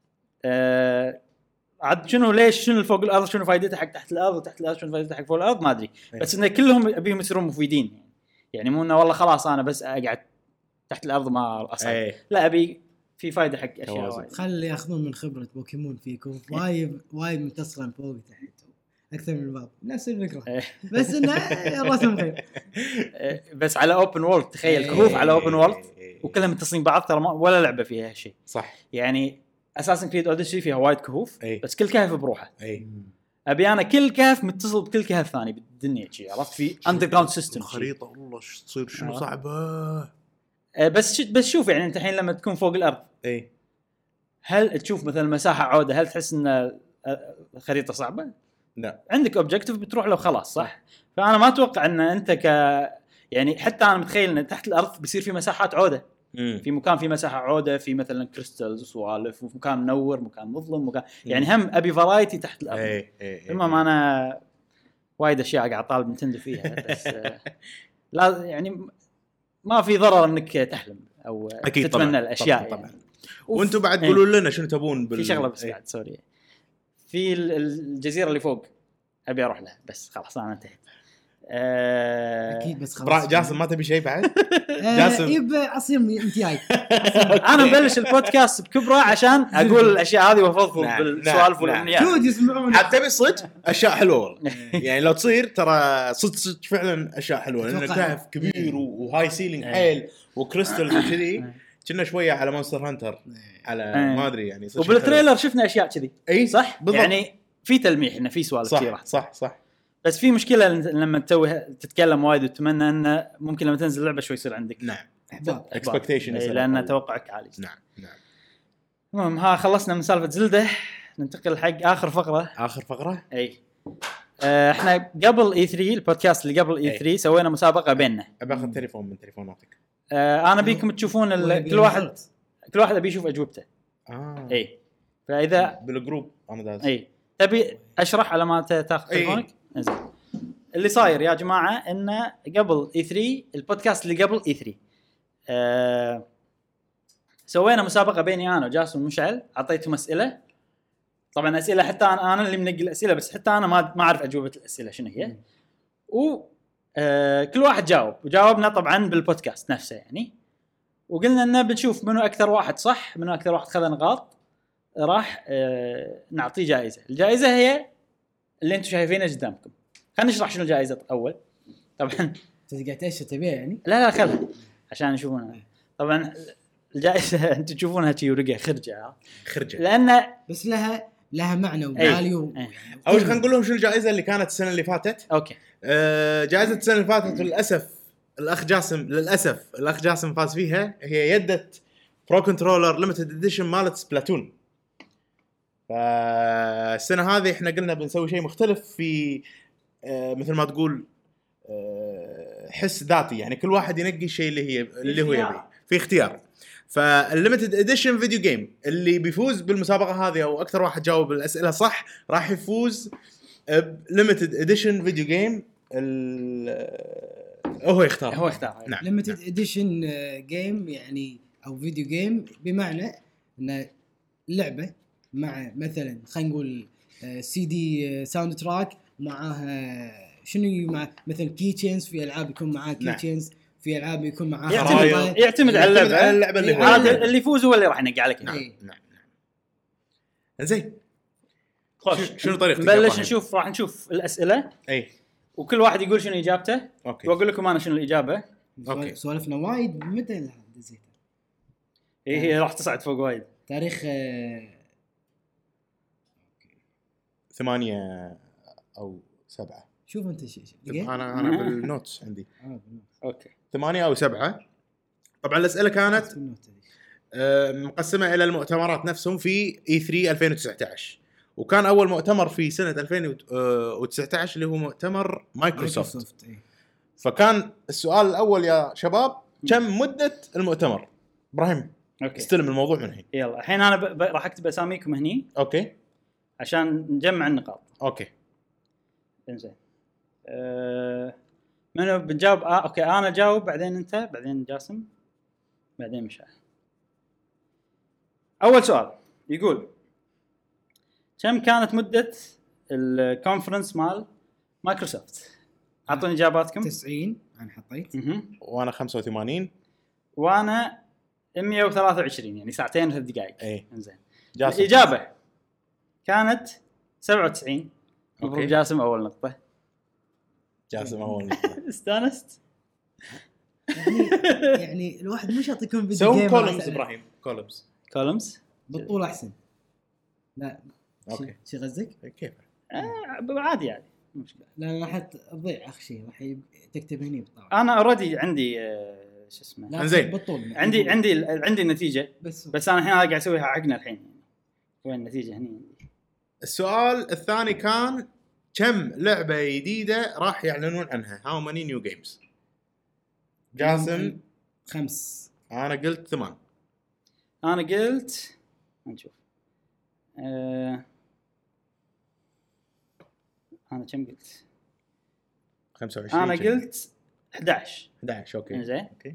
عاد شنو ليش شنو فوق الارض شنو فائدته حق تحت الارض وتحت الارض شنو فائدته حق فوق الارض ما ادري. بس ان كلهم ابيهم يصيرون مفيدين. يعني مو انه والله خلاص انا بس اقعد تحت الارض ما اصعد. لا ابي في فائده حق اشياء وايد. خلي ياخذون من خبره بوكيمون فيكم وايد متصلين فوق تحت اكثر من الباب نفس الفكره بس انه الرسم غير. بس على اوبن وورلد تخيل كهوف على اوبن وورلد وكلهم متصلين بعض ترى ولا لعبه فيها شيء صح. يعني اساسن كريد اوديسي فيها وايد كهوف بس كل كهف بروحه. ابي انا كل كهف متصل بكل كهف ثاني بالدنيا شيء عرفت في اندر جراوند سيستم خريطه والله تصير شنو صعبه. بس شوف يعني انت الحين لما تكون فوق الارض هل تشوف مثلا مساحه عوده هل تحس ان الخريطه صعبه؟ لا عندك اوبجكتيف بتروح له خلاص صح. فانا ما اتوقع ان انت يعني حتى انا متخيل ان تحت الارض بيصير في مساحات عوده. في مكان في مساحه عوده في مثلا كريستالز وسوالف ومكان منور مكان مظلم مكان يعني هم ابي فرايتي تحت الارض. المهم انا وايد اشياء قاعد طالب نتندو فيها بس لا يعني ما في ضرر انك تحلم او تتمنى طبعًا. الاشياء طبعًا. يعني. وانتم بعد قولوا لنا شنو تبون في شغله بس بعد سوري في الجزيره اللي فوق ابي اروح لها بس خلاص انا انتهيت. اكيد بس خلاص جاسم ما تبي شيء بعد؟ جاسم يب عصيم انت جاي. انا مبلش البودكاست بكبره عشان اقول الاشياء هذه وافضفض بالسوالف والامنيات. شو يسمعون حتى بصدق اشياء حلوه والله. يعني لو تصير ترى صدق فعلا اشياء حلوه لان الكهف كبير وهاي سيلينج حيل وكريستالز وكذي كنا شويه على مونستر هانتر على ما ادري يعني وبالتريلر شفنا اشياء كذي اي صح بالضبط. يعني في تلميح انه في سوالف كثيره صح بس في مشكله لما تتكلم وايد وتتمنى انه ممكن لما تنزل اللعبه شوي يصير عندك نعم اكسبكتيشن لان توقعك عالي. نعم المهم ها خلصنا من سالفه زلدة ننتقل حق اخر فقره اي احنا قبل E3 البودكاست اللي قبل E3 سوينا مسابقه بيننا. باخذ تليفون من تليفوناتك. انا بيكم تشوفون كل واحد ابي يشوف اجوبته. اي فاذا بالجروب انا داز اي تبي اشرح على ما تاخذ تليفونك زين. اللي صاير يا جماعه انه قبل E3 البودكاست اللي قبل E3 سوينا مسابقه بيني انا وجاسم ومشعل اعطيتهم اسئله طبعا اسئله حتى انا اللي منقي الاسئله بس حتى انا ما اعرف اجوبه الاسئله شنو هي و كل واحد جاوب وجاوبنا طبعا بالبودكاست نفسه يعني وقلنا انه بنشوف منو اكثر واحد صح منو اكثر واحد خذ نقاط راح نعطيه جائزه. الجائزه هي اللي انتم شايفينها قدامكم. خلينا نشرح شنو الجائزه اول. طبعا تقعد ايش تبيها يعني لا خلها عشان يشوفونها. طبعا الجائزه انتم تشوفونها شيء ورقه خرجه لان بس لها معنى وفاليو. اول خلينا نقول لهم شنو الجائزه اللي كانت السنه اللي فاتت. اوكي جائزه السنه اللي فاتت للاسف الاخ جاسم فاز فيها. هي يده برو كنترولر ليميتد اديشن مالت سبلاتون. فالسنه هذه احنا قلنا بنسوي شيء مختلف في مثل ما تقول حس ذاتي يعني كل واحد ينقي الشيء اللي هو يبي في اختيار. فالليميتد اديشن فيديو جيم اللي بيفوز بالمسابقه هذه او اكثر واحد جاوب الاسئله صح راح يفوز بليميتد اديشن فيديو جيم هو يختار نعم. ليميتد اديشن جيم يعني او فيديو جيم بمعنى ان لعبه مع مثلا خلينا نقول سي دي ساوند تراك معها شنو مع مثلا كي تشينز. في العاب يكون معاه كي تشينز في العاب يكون معاه يعتمد على اللعبه اللي هو اللي يفوز هو اللي راح ينقي عليك. نعم زين شنو طريقتك؟ نبلش نشوف راح نشوف الاسئله وكل واحد يقول شنو اجابته واقول لكم انا شنو الاجابه. سوالفنا وايد متى دزيتها هي راح تصعد فوق وايد. تاريخ 8 أو 7. شوف انت انا بالنوتس عندي اوكي 8 أو 7. طبعا الاسئله كانت مقسمه الى المؤتمرات نفسهم في E3 2019 وكان اول مؤتمر في سنه 2019 اللي هو مؤتمر مايكروسوفت. فكان السؤال الاول يا شباب كم مده المؤتمر؟ ابراهيم استلم الموضوع من الحين. يلا الحين انا راح اكتب اساميكم هني اوكي عشان نجمع النقاط. اوكي انزين منو بنجاوب؟ اوكي انا جاوب بعدين انت بعدين جاسم بعدين مشعل. اول سؤال يقول كم كانت مدة الكونفرنس مال مايكروسوفت؟ اعطوني اجاباتكم. 90 انا حطيت وانا 85 وانا 123 يعني ساعتين و3 دقائق. اي انزين جاسم الاجابه كانت 97. مبروك أوكي. جاسم اول نقطه. جاسم اول نقطة. استانست. يعني الواحد مش يعطيكم فيديو سووا جيم كولمز ابراهيم كولمز بالطول احسن. لا اوكي شي غزك كيف عادي يعني مشكله. لا راح تضيع اخر شيء راح تكتب هني بالطاوله. انا اوريدي عندي شو اسمه لا إنزين. بالطول عندي النتيجه بس انا الحين قاعد اسويها عقنا الحين يعني. وين النتيجه هني؟ السؤال الثاني كان كم لعبة جديدة راح يعلنون عنها how many new games جاسم 5 انا قلت 8 انا قلت نشوف انا كم قلت 25 انا قلت 11 اوكي زين اوكي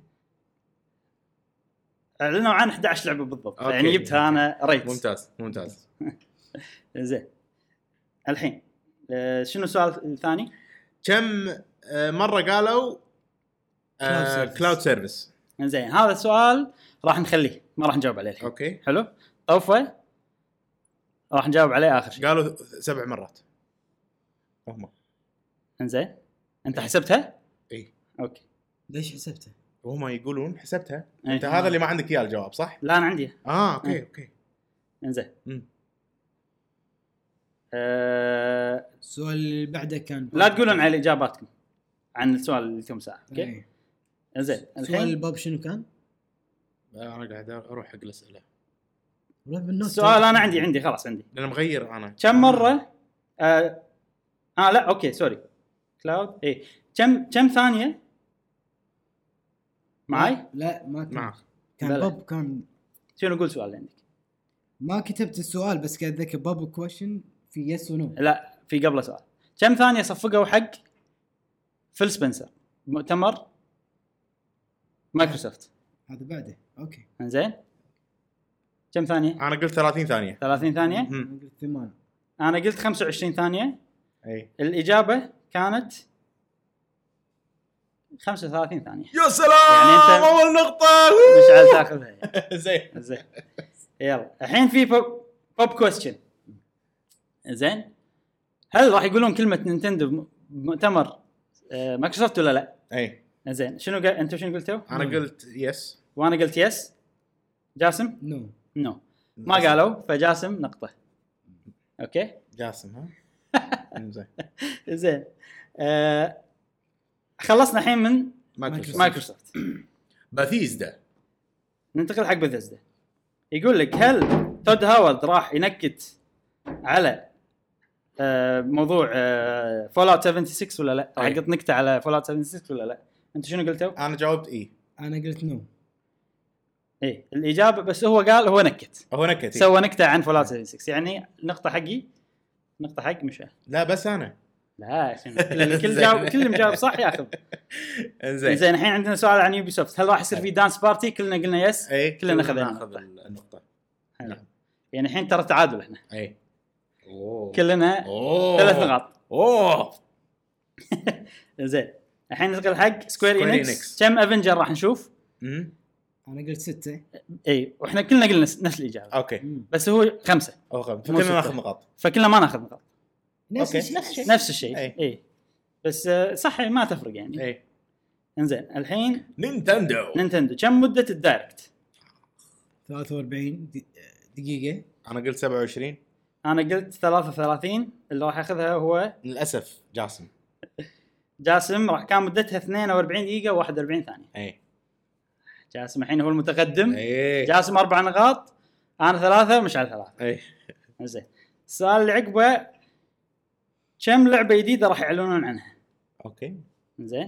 اعلنوا عن 11 لعبه بالضبط أوكي. يعني جبتها انا ريت ممتاز زين الحين شنو السؤال الثاني؟ كم مرة قالوا كلاود سيرفيس زين هذا السؤال راح نخليه ما راح نجاوب عليه الحين. اوكي حلو طوفه راح نجاوب عليه اخر شيء. قالوا 7 مرات هم انزين انت حسبتها؟ اي اوكي ليش حسبته؟ وهم يقولون حسبتها أي. انت هذا اللي ما عندك اياه الجواب صح لا انا عندي. اوكي أي. اوكي انزين السؤال اللي بعده كان لا تقولون على اجاباتكم عن السؤال اللي ثم ساعه. اوكي إيه. انزين سؤال الحين الباب شنو كان؟ انا قاعد اروح حق الاسئله ولا بالنوت السؤال انا عندي خلاص عندي. لان مغير انا كم مره لا اوكي سوري كلاود ايه كم ثانيه معي؟ لا ما كان معك كان بلى. باب كان شنو نقول سؤال عندك؟ ما كتبت السؤال بس قاعد ذاك باب كويشن في يس ونو. لا في قبله سؤال. كم ثانيه صفقوا حق فيل سبنسر مؤتمر مايكروسوفت؟ هذا بعده اوكي. انزين كم ثانيه؟ انا قلت 30 ثانيه 30 ثانيه. انا قلت 8. انا قلت 25 ثانيه. اي الاجابه كانت 35 ثانيه. يا سلام يعني أنت اول نقطه مشعل تاخذها يعني. زين زين يلا الحين في بوب كويستشن. زين هل راح يقولون كلمه نينتندو بمؤتمر مايكروسوفت ولا لا؟ اي زين شنو انتم شنو قلتوا؟ انا قلت يس وانا قلت يس. جاسم نو ما قالوا فجاسم نقطه. اوكي جاسم ها زين زين خلصنا الحين من مايكروسوفت. باثيزدا ننتقل حق بثيسدا. يقول لك هل تود هاورد راح ينكت على موضوع فول اوت 76 ولا لا؟ راح يقط نكته على فول اوت 76 ولا لا؟ انت شنو قلتوا؟ انا جاوبت اي انا قلت نو. ايه الاجابه بس هو قال هو نكت سوى نكته عن فول اوت 76 يعني نقطه حقي نقطه حق مش لا بس انا لا الكل جاوب كل مجاوب صح ياخذ. انزين الحين عندنا سؤال عن يوبي سوفت. هل راح يصير في دانس بارتي؟ كلنا قلنا يس. كلنا ناخذ النقطه نعم. يعني الحين ترى تعادل احنا. اي كلنا 3 نقاط. زين الحين ننتقل حق سكوير إنكس. كم افنجر راح نشوف؟ انا قلت 6. اي واحنا كلنا قلنا نفس الاجابه. اوكي بس هو 5 فكلنا ناخذ نقاط. فكلنا ما ناخذ نقاط. نفس الشيء اي بس صح ما تفرق يعني. اي انزين الحين نينتندو كم مده الدايركت؟ 43 دقيقه. انا قلت 27. انا قلت 33. اللي راح ياخذها هو للاسف جاسم راح كان مدتها 42 دقيقه و41 ثانيه. اي جاسم الحين هو المتقدم. أي. جاسم 4 نقاط انا 3 مش على 3. اي زين السؤال اللي عقبه كم لعبه جديده راح يعلنون عنها؟ اوكي زين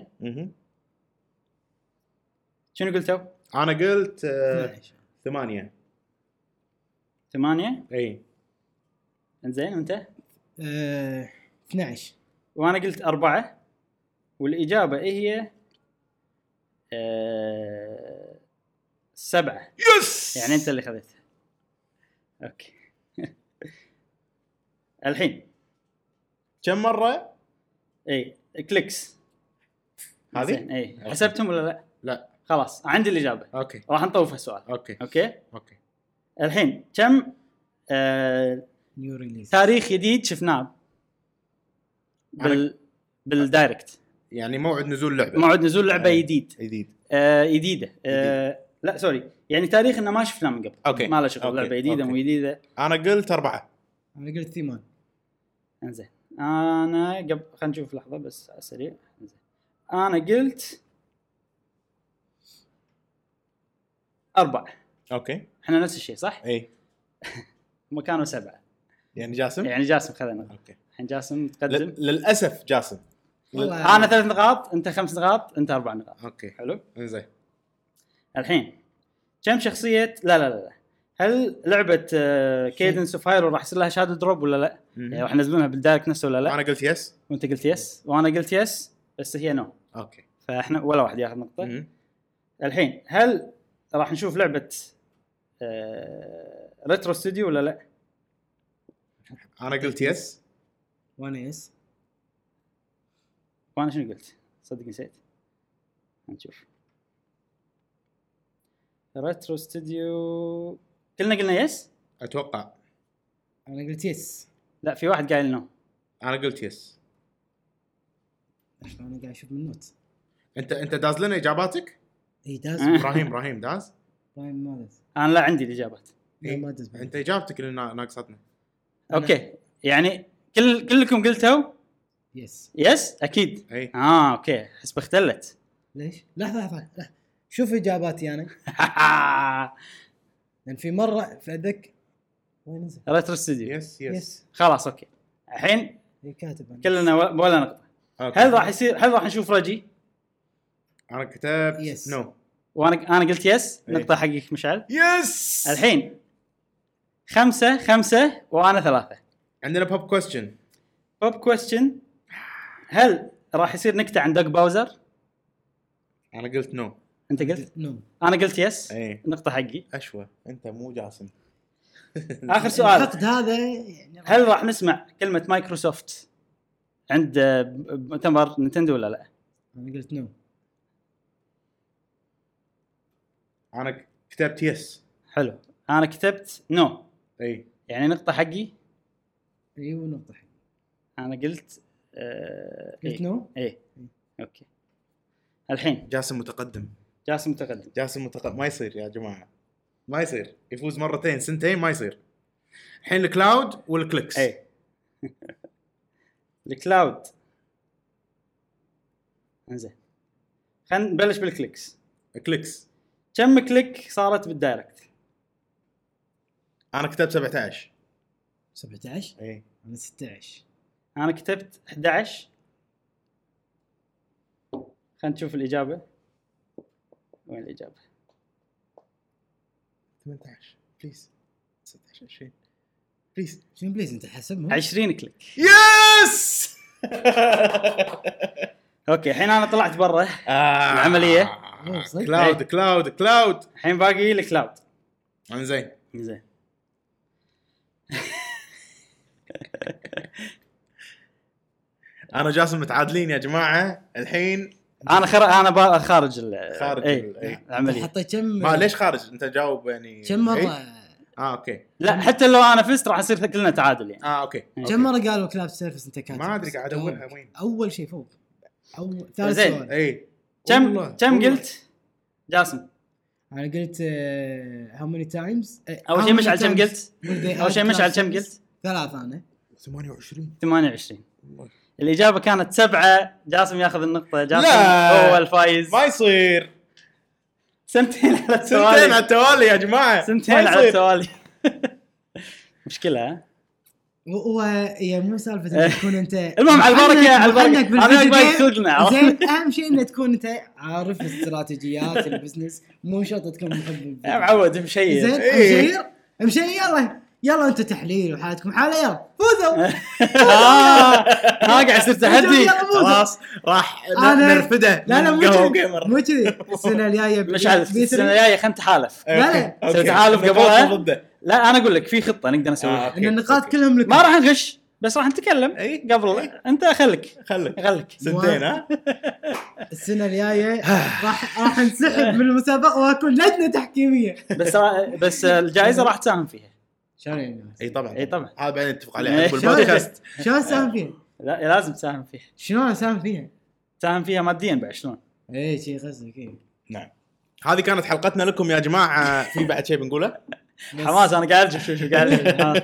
شنو قلتوا؟ انا قلت 8. اي انزين وانت؟ 12. وانا قلت 4 والاجابه هي 7. يس يعني انت اللي خذيتها. اوكي الحين كم مره اي كليكس هذه اي حسبتهم ولا لا؟ لا خلاص عندي الاجابه. اوكي راح نطوف السؤال. اوكي الحين كم نيو ريليز تاريخ جديد شفناه بالدايركت؟ يعني موعد نزول لعبه. موعد نزول لعبه جديده. جديده. لا سوري، يعني تاريخ انه ما شفناه من قبل. أوكي. ما له شغل لعبه جديده مو جديده. انا قلت 4. انا قلت 8. انزين انا قبل خلينا نشوف لحظه بس على السريع. انزين انا قلت 4. اوكي احنا نفس الشيء صح؟ اي مكانه 7. يعني جاسم. يعني جاسم خذنا. اوكي الحين جاسم تقدم. للاسف جاسم. انا 3 نقاط، انت 5 نقاط، انت 4 نقاط. اوكي حلو. انزين الحين كم شخصيه؟ لا هل لعبه كيدنس اوف هايرو راح يصير لها شادو دروب ولا لا؟ يعني راح ينزلونها بالدايركت نفسه ولا لا؟ انا قلت يس وانت قلت يس وانا قلت يس، بس هي نو. اوكي فاحنا ولا واحد ياخذ نقطه. الحين هل راح نشوف لعبه ريترو ستوديو ولا لا؟ انا قلت يس وانا يس. وانا شنو قلت؟ صدق نسيت. نشوف ريترو ستوديو كلنا قلنا يس اتوقع. انا قلت يس. لا في واحد قايل نو. انا قلت يس. انا قاعد اشوف من النوت. انت داز لنا اجاباتك؟ اي داز. ابراهيم داز. ابراهيم ما داز. انا لا عندي الاجابات. لا ما داز. انت اجابتك اللي ناقصتنا. اوكي يعني كلكم قلتوا يس اكيد. اي اوكي حسب اختلت. ليش؟ لحظه شوف اجاباتي انا. لان في مره في ذك وين نزل ريترو ستوديو. يس خلاص اوكي. الحين كاتب كلنا ولا نقطه. أوكي. هل راح نشوف رجي؟ انا كتبت يس. نو. وانا قلت يس. نقطه حقك مشعل. يس. الحين 5 وانا 3. عندنا بوب كويستشن. هل راح يصير نكته عن دوغ باوزر؟ انا قلت نو. انت قلت نو. انا قلت يس. ايه. نقطه حقي. اشوى انت مو جاسم. اخر سؤال. الحقد هذا يعني هل راح نسمع كلمه مايكروسوفت عند مؤتمر نينتندو ولا لا؟ انا قلت نو. انا كتبت يس. حلو. انا كتبت نو. اي يعني نقطه حقي. ايوه نقطه حقي. انا قلت قلت نو. ايه اوكي. الحين جاسم متقدم. ما يصير يا جماعه، ما يصير يفوز مرتين سنتين، ما يصير. الحين الكلاود والكليكس. اي الكلاود. انزين خلينا نبلش بالكليكس. كم كليك صارت بالدايركت؟ انا كتبت 17. 17. اي انا 16. انا كتبت 11. خلينا نشوف الاجابه. وين الاجابه؟ 18 بليز. 16 20 بليز. شنو بليز انت حسبهم؟ 20 كليك. يس. اوكي الحين انا طلعت برا العمليه. كلاود. الحين باقي الكلاود. انزين انا جاسم متعادلين يا جماعه الحين. انا خارج العمليه. حطيت كم؟ ما ليش خارج؟ انت جاوب يعني كم مره؟ اوكي. لا حتى لو انا فزت راح يصير كلنا تعادل يعني. اوكي. كم مره قالوا كلاب سيرفس انت كاتب؟ ما ادري قاعد ادورها وين. اول شيء فوق. ثالث سؤال. اي كم قلت جاسم؟ انا قلت هاو ماني تايمز. اول شيء مشعل كم قلت؟ كم قلت؟ 3. انا 28. الإجابة كانت 7. جاسم ياخذ النقطة. جاسم هو الفايز. ما يصير. سنتين على التوالي يا جماعة. سنتين على التوالي. مشكلة. هي مو سالفة تكون انت. المهم على البركة أنا زين أهم شيء إن تكون انت عارف استراتيجيات البزنس، مو شرط تكون محب. يا معود مشير. زين مشير يلا انت تحليل وحالتكم حاله يلا فوزوا. قاعد يصير تحدي خلاص راح نرفده. لا مو كذي. السنه الجايه مش عارف السنه الجايه خلينا نتحالف. لا نسوي تحالف قبلها. لا انا اقول لك في خطه نقدر نسويها. ان النقاط كلهم لك. ما راح نغش بس راح نتكلم قبل. انت خليك سنتين. السنه الجايه راح نسحب من المسابقه واكون لجنه تحكيميه. بس الجائزه راح تساهم فيها. شلون يعني؟ اي طبعا طبعا هذا بعدين نتفق عليه بالبودكاست. شلون ساهم فيها؟ لا لازم تساهم فيها. شلون اساهم فيها؟ تساهم فيها ماديا بعد شلون؟ اي شيء قصدك ايه. نعم هذه كانت حلقتنا لكم يا جماعه. في بعد شيء بنقوله؟ حماس انا قاعد اشوف شو قاعد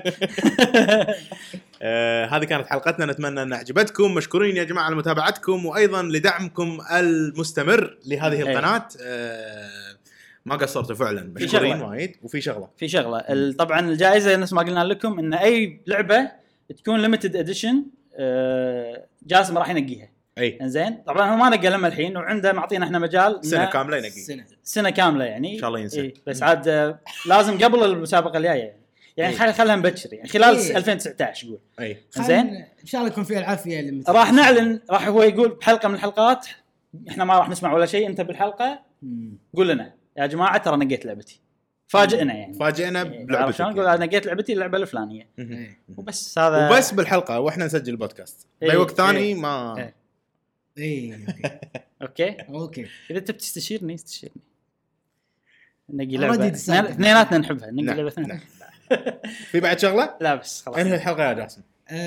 هذه كانت حلقتنا، نتمنى ان عجبتكم. مشكورين يا جماعه على متابعتكم وايضا لدعمكم المستمر لهذه القناه. ما قصرتوا فعلا، مشكورين وايد. وفي شغله طبعا الجائزه نفس ما قلنا لكم ان اي لعبه تكون ليميتد اديشن جاسم راح ينقيها. اي انزين طبعا هو ما نقى لما الحين، وعنده معطينا احنا مجال سنه كامله ينقي، سنه كامله يعني ان شاء الله ينسى. بس عاد لازم قبل المسابقه الجايه يعني خلينا نبكر يعني خلال 2019 قول. زين ان شاء الله يكون في العاب فيها راح نعلن. راح هو يقول بحلقه من الحلقات احنا ما راح نسمع ولا شيء، انت بالحلقه قول لنا يا جماعه ترى نقيت لعبتي، فاجئنا يعني فاجئنا بلعبتك. شلون نقول انا نقيت لعبتي اللعبه الفلانيه وبس. هذا وبس بالحلقه واحنا نسجل البودكاست باي وقت ثاني ما اوكي اذا تبي تستشيرني استشيرني. نقي لعبه اثنيناتنا نحبها، نقي لعبه اثنين. في بعد شغله؟ لا بس خلاص انهي الحلقه يا جاسم.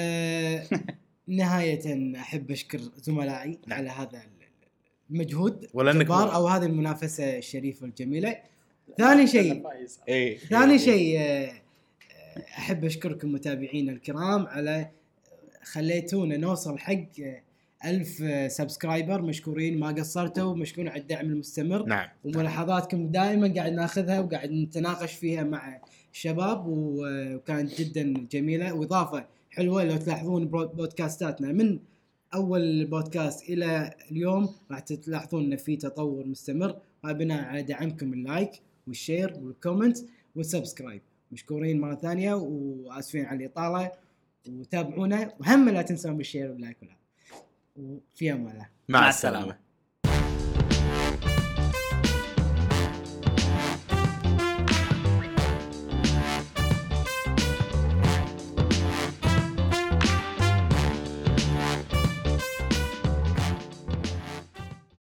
نهايه احب اشكر زملائي على هذا المجهود الجبار او هذه المنافسه الشريفه والجميله. ثاني شيء احب اشكركم متابعينا الكرام على خليتونا نوصل حق 1000 سبسكرايبر. مشكورين ما قصرتوا، مشكورين على الدعم المستمر. نعم. وملاحظاتكم دائما قاعد ناخذها وقاعد نتناقش فيها مع الشباب وكانت جدا جميله واضافه حلوه. لو تلاحظون بودكاستاتنا من اول بودكاست الى اليوم راح تلاحظون ان في تطور مستمر، وبناء على دعمكم اللايك والشير والكومنت والسبسكرايب. مشكورين مره ثانيه واسفين على الاطاله، وتابعونا وهم لا تنسون بالشير واللايك وفي امان الله. مع السلامه.